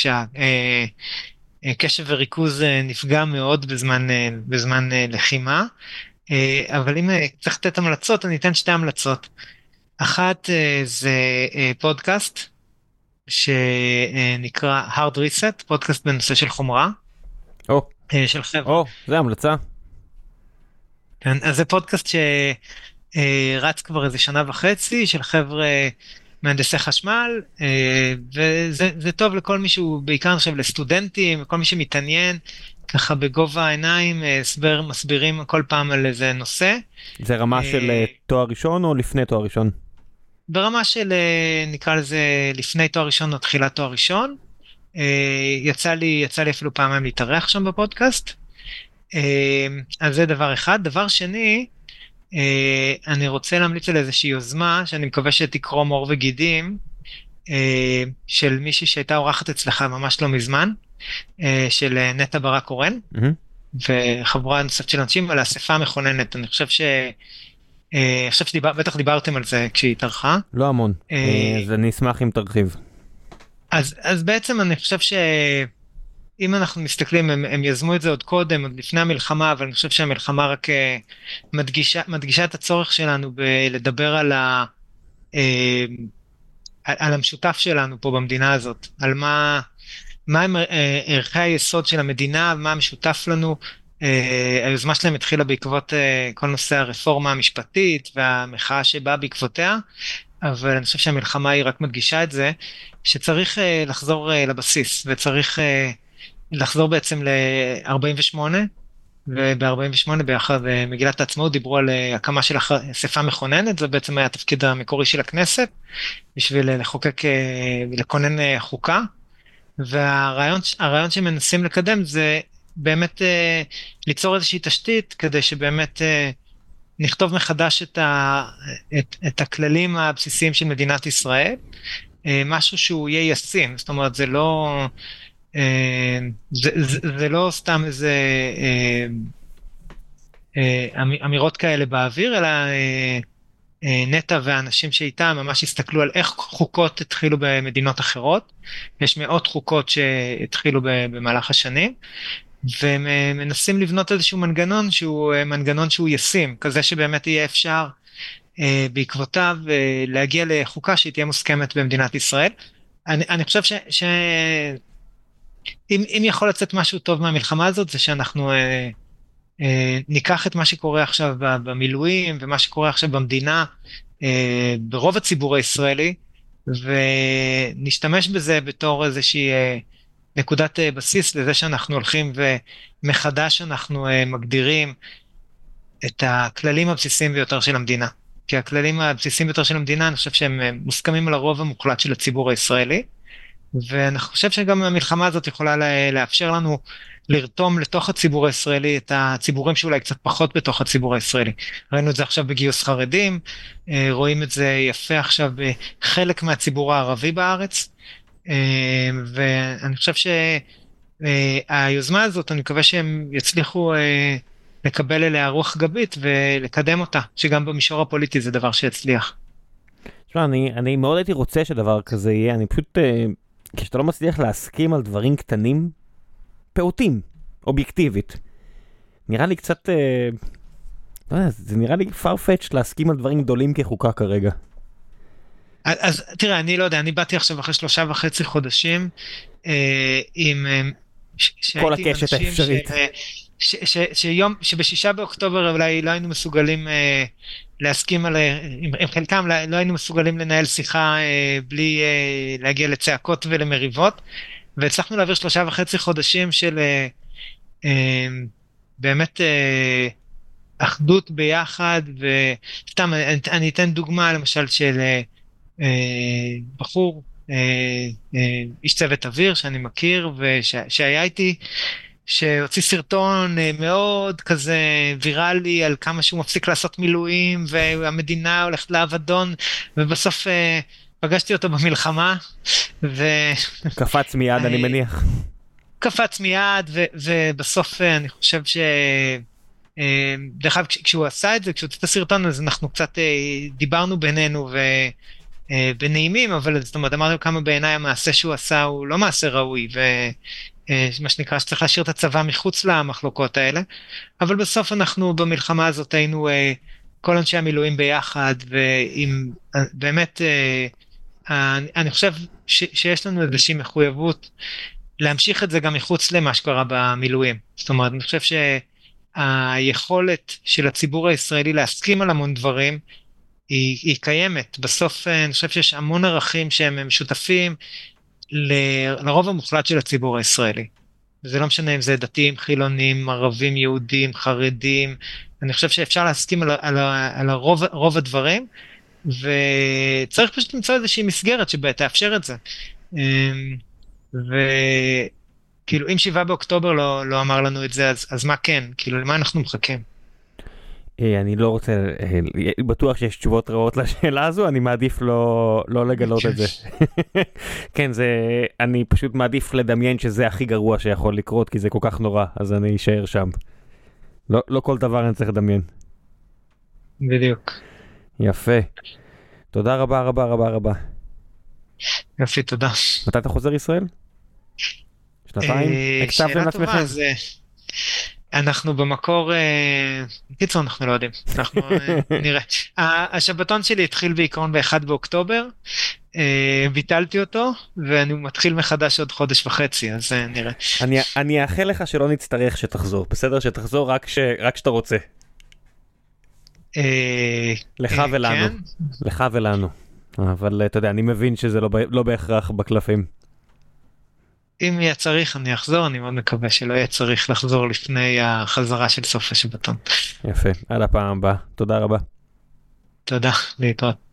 B: קשב וריכוז נפגע מאוד בזמן לחימה, אבל אם צריך לתת המלצות, אני אתן 2 המלצות. אחת זה פודקאסט שנקרא Hard Reset, פודקאסט בנושא של חומרה. של חבר'ה.
A: זה המלצה.
B: כן, אז זה פודקאסט שרץ כבר איזה 1.5 שנה, של חבר'ה מהנדסי חשמל, וזה טוב לכל מישהו, בעיקר עכשיו לסטודנטים, כל מי שמתעניין, ככה בגובה העיניים, מסבירים כל פעם על איזה נושא.
A: זה רמה של תואר ראשון או לפני תואר ראשון?
B: ברמה של, נקרא לזה, לפני תואר ראשון או תחילת תואר ראשון. יצא לי אפילו פעמיים להתארח שם בפודקאסט. אז זה דבר אחד. דבר שני, אני רוצה להמליץ על איזושהי יוזמה, שאני מקווה שתקרום עור וגידים, של מישהי שהייתה אורחת אצלך ממש לא מזמן, של נטע ברק קורן, וחבורה נוספת של אנשים על האספה המכוננת. אני חושב בטח דיברתם על זה כשהיא התארחה.
A: לא המון, אז אני אשמח אם תרחיב.
B: אז בעצם אני חושב שאם אנחנו מסתכלים, הם יזמו את זה עוד קודם, עוד לפני המלחמה, אבל אני חושב שהמלחמה רק מדגישה את הצורך שלנו לדבר על המשותף שלנו פה במדינה הזאת, על מה הם ערכי היסוד של המדינה, מה המשותף לנו. היוזמה שלהם התחילה בעקבות כל נושא הרפורמה המשפטית והמחאה שבאה בעקבותיה, אבל אני חושב שהמלחמה היא רק מדגישה את זה, שצריך לחזור לבסיס, וצריך לחזור בעצם ל-48, וב-48 ביחד מגילת העצמאות דיברו על הקמה של אספה מכוננת, זה בעצם היה התפקיד המקורי של הכנסת, בשביל לכונן חוקה, והרעיון שמנסים לקדם זה באמת ליצור איזושהי תשתית, כדי שבאמת נכתוב מחדש את הכללים הבסיסיים של מדינת ישראל, משהו שהוא יהיה ישים, זאת אומרת זה לא סתם איזה אמירות כאלה באוויר, אלא נטע והאנשים שאיתם ממש הסתכלו על איך חוקות התחילו במדינות אחרות. יש מאות חוקות שהתחילו במהלך השנים, והם מנסים לבנות איזשהו מנגנון שהוא ישים, כזה שבאמת יהיה אפשר בעקבותיו להגיע לחוקה שהיא תהיה מוסכמת במדינת ישראל. אני חושב אם יכול לצאת משהו טוב מהמלחמה הזאת, זה שאנחנו ניקח את מה שקורה עכשיו במילואים, ומה שקורה עכשיו במדינה, ברוב הציבור הישראלי, ונשתמש בזה בתור איזושהי נקודת בסיס לזה שאנחנו הולכים ומחדש אנחנו מגדירים את הכללים הבסיסיים ביותר של המדינה. כי הכללים הבסיסיים ביותר של המדינה, אני חושב שהם מוסכמים על הרוב המוחלט של הציבור הישראלי, ואני חושב שגם המלחמה הזאת יכולה לאפשר לנו לרתום לתוך הציבור הישראלי את הציבורים שאולי קצת פחות בתוך הציבור הישראלי. ראינו את זה עכשיו בגיוס חרדים, רואים את זה יפה עכשיו בחלק מהציבור הערבי בארץ, ואני חושב שהיוזמה הזאת, אני מקווה שהם יצליחו לקבל אליה רוח גבית ולקדם אותה, שגם במישור הפוליטי זה דבר שיצליח.
A: תשמע, אני מאוד הייתי רוצה שדבר כזה יהיה, אני פשוט, כשאתה לא מצליח להסכים על דברים קטנים, פעוטים, אובייקטיבית, נראה לי קצת, לא יודע, זה נראה לי farfetch להסכים על דברים גדולים כחוקה כרגע.
B: אז תראה, אני לא יודע, אני באתי עכשיו אחרי 3.5 חודשים, עם
A: כל הקשת האפשרית.
B: שבשישה באוקטובר אולי לא היינו מסוגלים להסכים עם חלקם, לא היינו מסוגלים לנהל שיחה בלי להגיע לצעקות ולמריבות, והצלחנו להעביר 3.5 חודשים של באמת אחדות ביחד, וסתם אני אתן דוגמה למשל של בחור, איש צוות אוויר שאני מכיר ושהיה איתי, שהוציא סרטון מאוד כזה ויראלי על כמה שהוא מפסיק לעשות מילואים והמדינה הולכת לאבדון, ובסוף פגשתי אותו במלחמה
A: קפץ מיד אני מניח.
B: קפץ מיד ובסוף אני חושב דרך אגב כשהוא עשה את זה, כשהוא הוציא את הסרטון, אז אנחנו קצת דיברנו בינינו בנעימים, אבל זאת אומרת אמרנו כמה בעיניי המעשה שהוא עשה הוא לא מעשה ראוי, מה שנקרא שצריך להשאיר את הצבא מחוץ למחלוקות האלה, אבל בסוף אנחנו במלחמה הזאת היינו כל אנשי המילואים ביחד, ועם באמת אני חושב שיש לנו איזושהי מחויבות להמשיך את זה גם מחוץ למה שקרה במילואים. זאת אומרת, אני חושב שהיכולת של הציבור הישראלי להסכים על המון דברים היא קיימת. בסוף אני חושב שיש המון ערכים שהם משותפים לרוב המוחלט של הציבור הישראלי. וזה לא משנה אם זה דתיים, חילונים, ערבים, יהודים, חרדים, אני חושב שאפשר להסכים על רוב הדברים, וצריך פשוט למצוא איזושהי מסגרת שבה תאפשר את זה. וכאילו אם 7 באוקטובר לא אמר לנו את זה, אז מה כן? כאילו למה אנחנו מחכים?
A: אני לא רוצה, בטוח שיש תשובות רעות לשאלה הזו, אני מעדיף לא לגלות את זה. כן, אני פשוט מעדיף לדמיין שזה הכי גרוע שיכול לקרות, כי זה כל כך נורא, אז אני אשאר שם. לא כל דבר אני צריך לדמיין.
B: בדיוק.
A: יפה. תודה רבה רבה רבה רבה.
B: יפי, תודה.
A: מתי אתה חוזר ישראל? שנתיים? הקצבתם לעצמכם?
B: אנחנו במקור, קיצור אנחנו לא יודעים, אנחנו נראה. השבתון שלי התחיל בעיקרון ב-1 באוקטובר, ביטלתי אותו, ואני מתחיל מחדש עוד חודש וחצי, אז נראה.
A: אני אאחל לך שלא נצטרך שתחזור, בסדר? שתחזור רק שאתה רוצה. לך ולנו. לך ולנו. אבל אתה יודע, אני מבין שזה לא בהכרח בקלפים.
B: אם יהיה צריך אני אחזור, אני מאוד מקווה שלא יהיה צריך לחזור לפני החזרה של סוף השבתון.
A: יפה, עד הפעם הבאה. תודה רבה.
B: תודה, להתראות.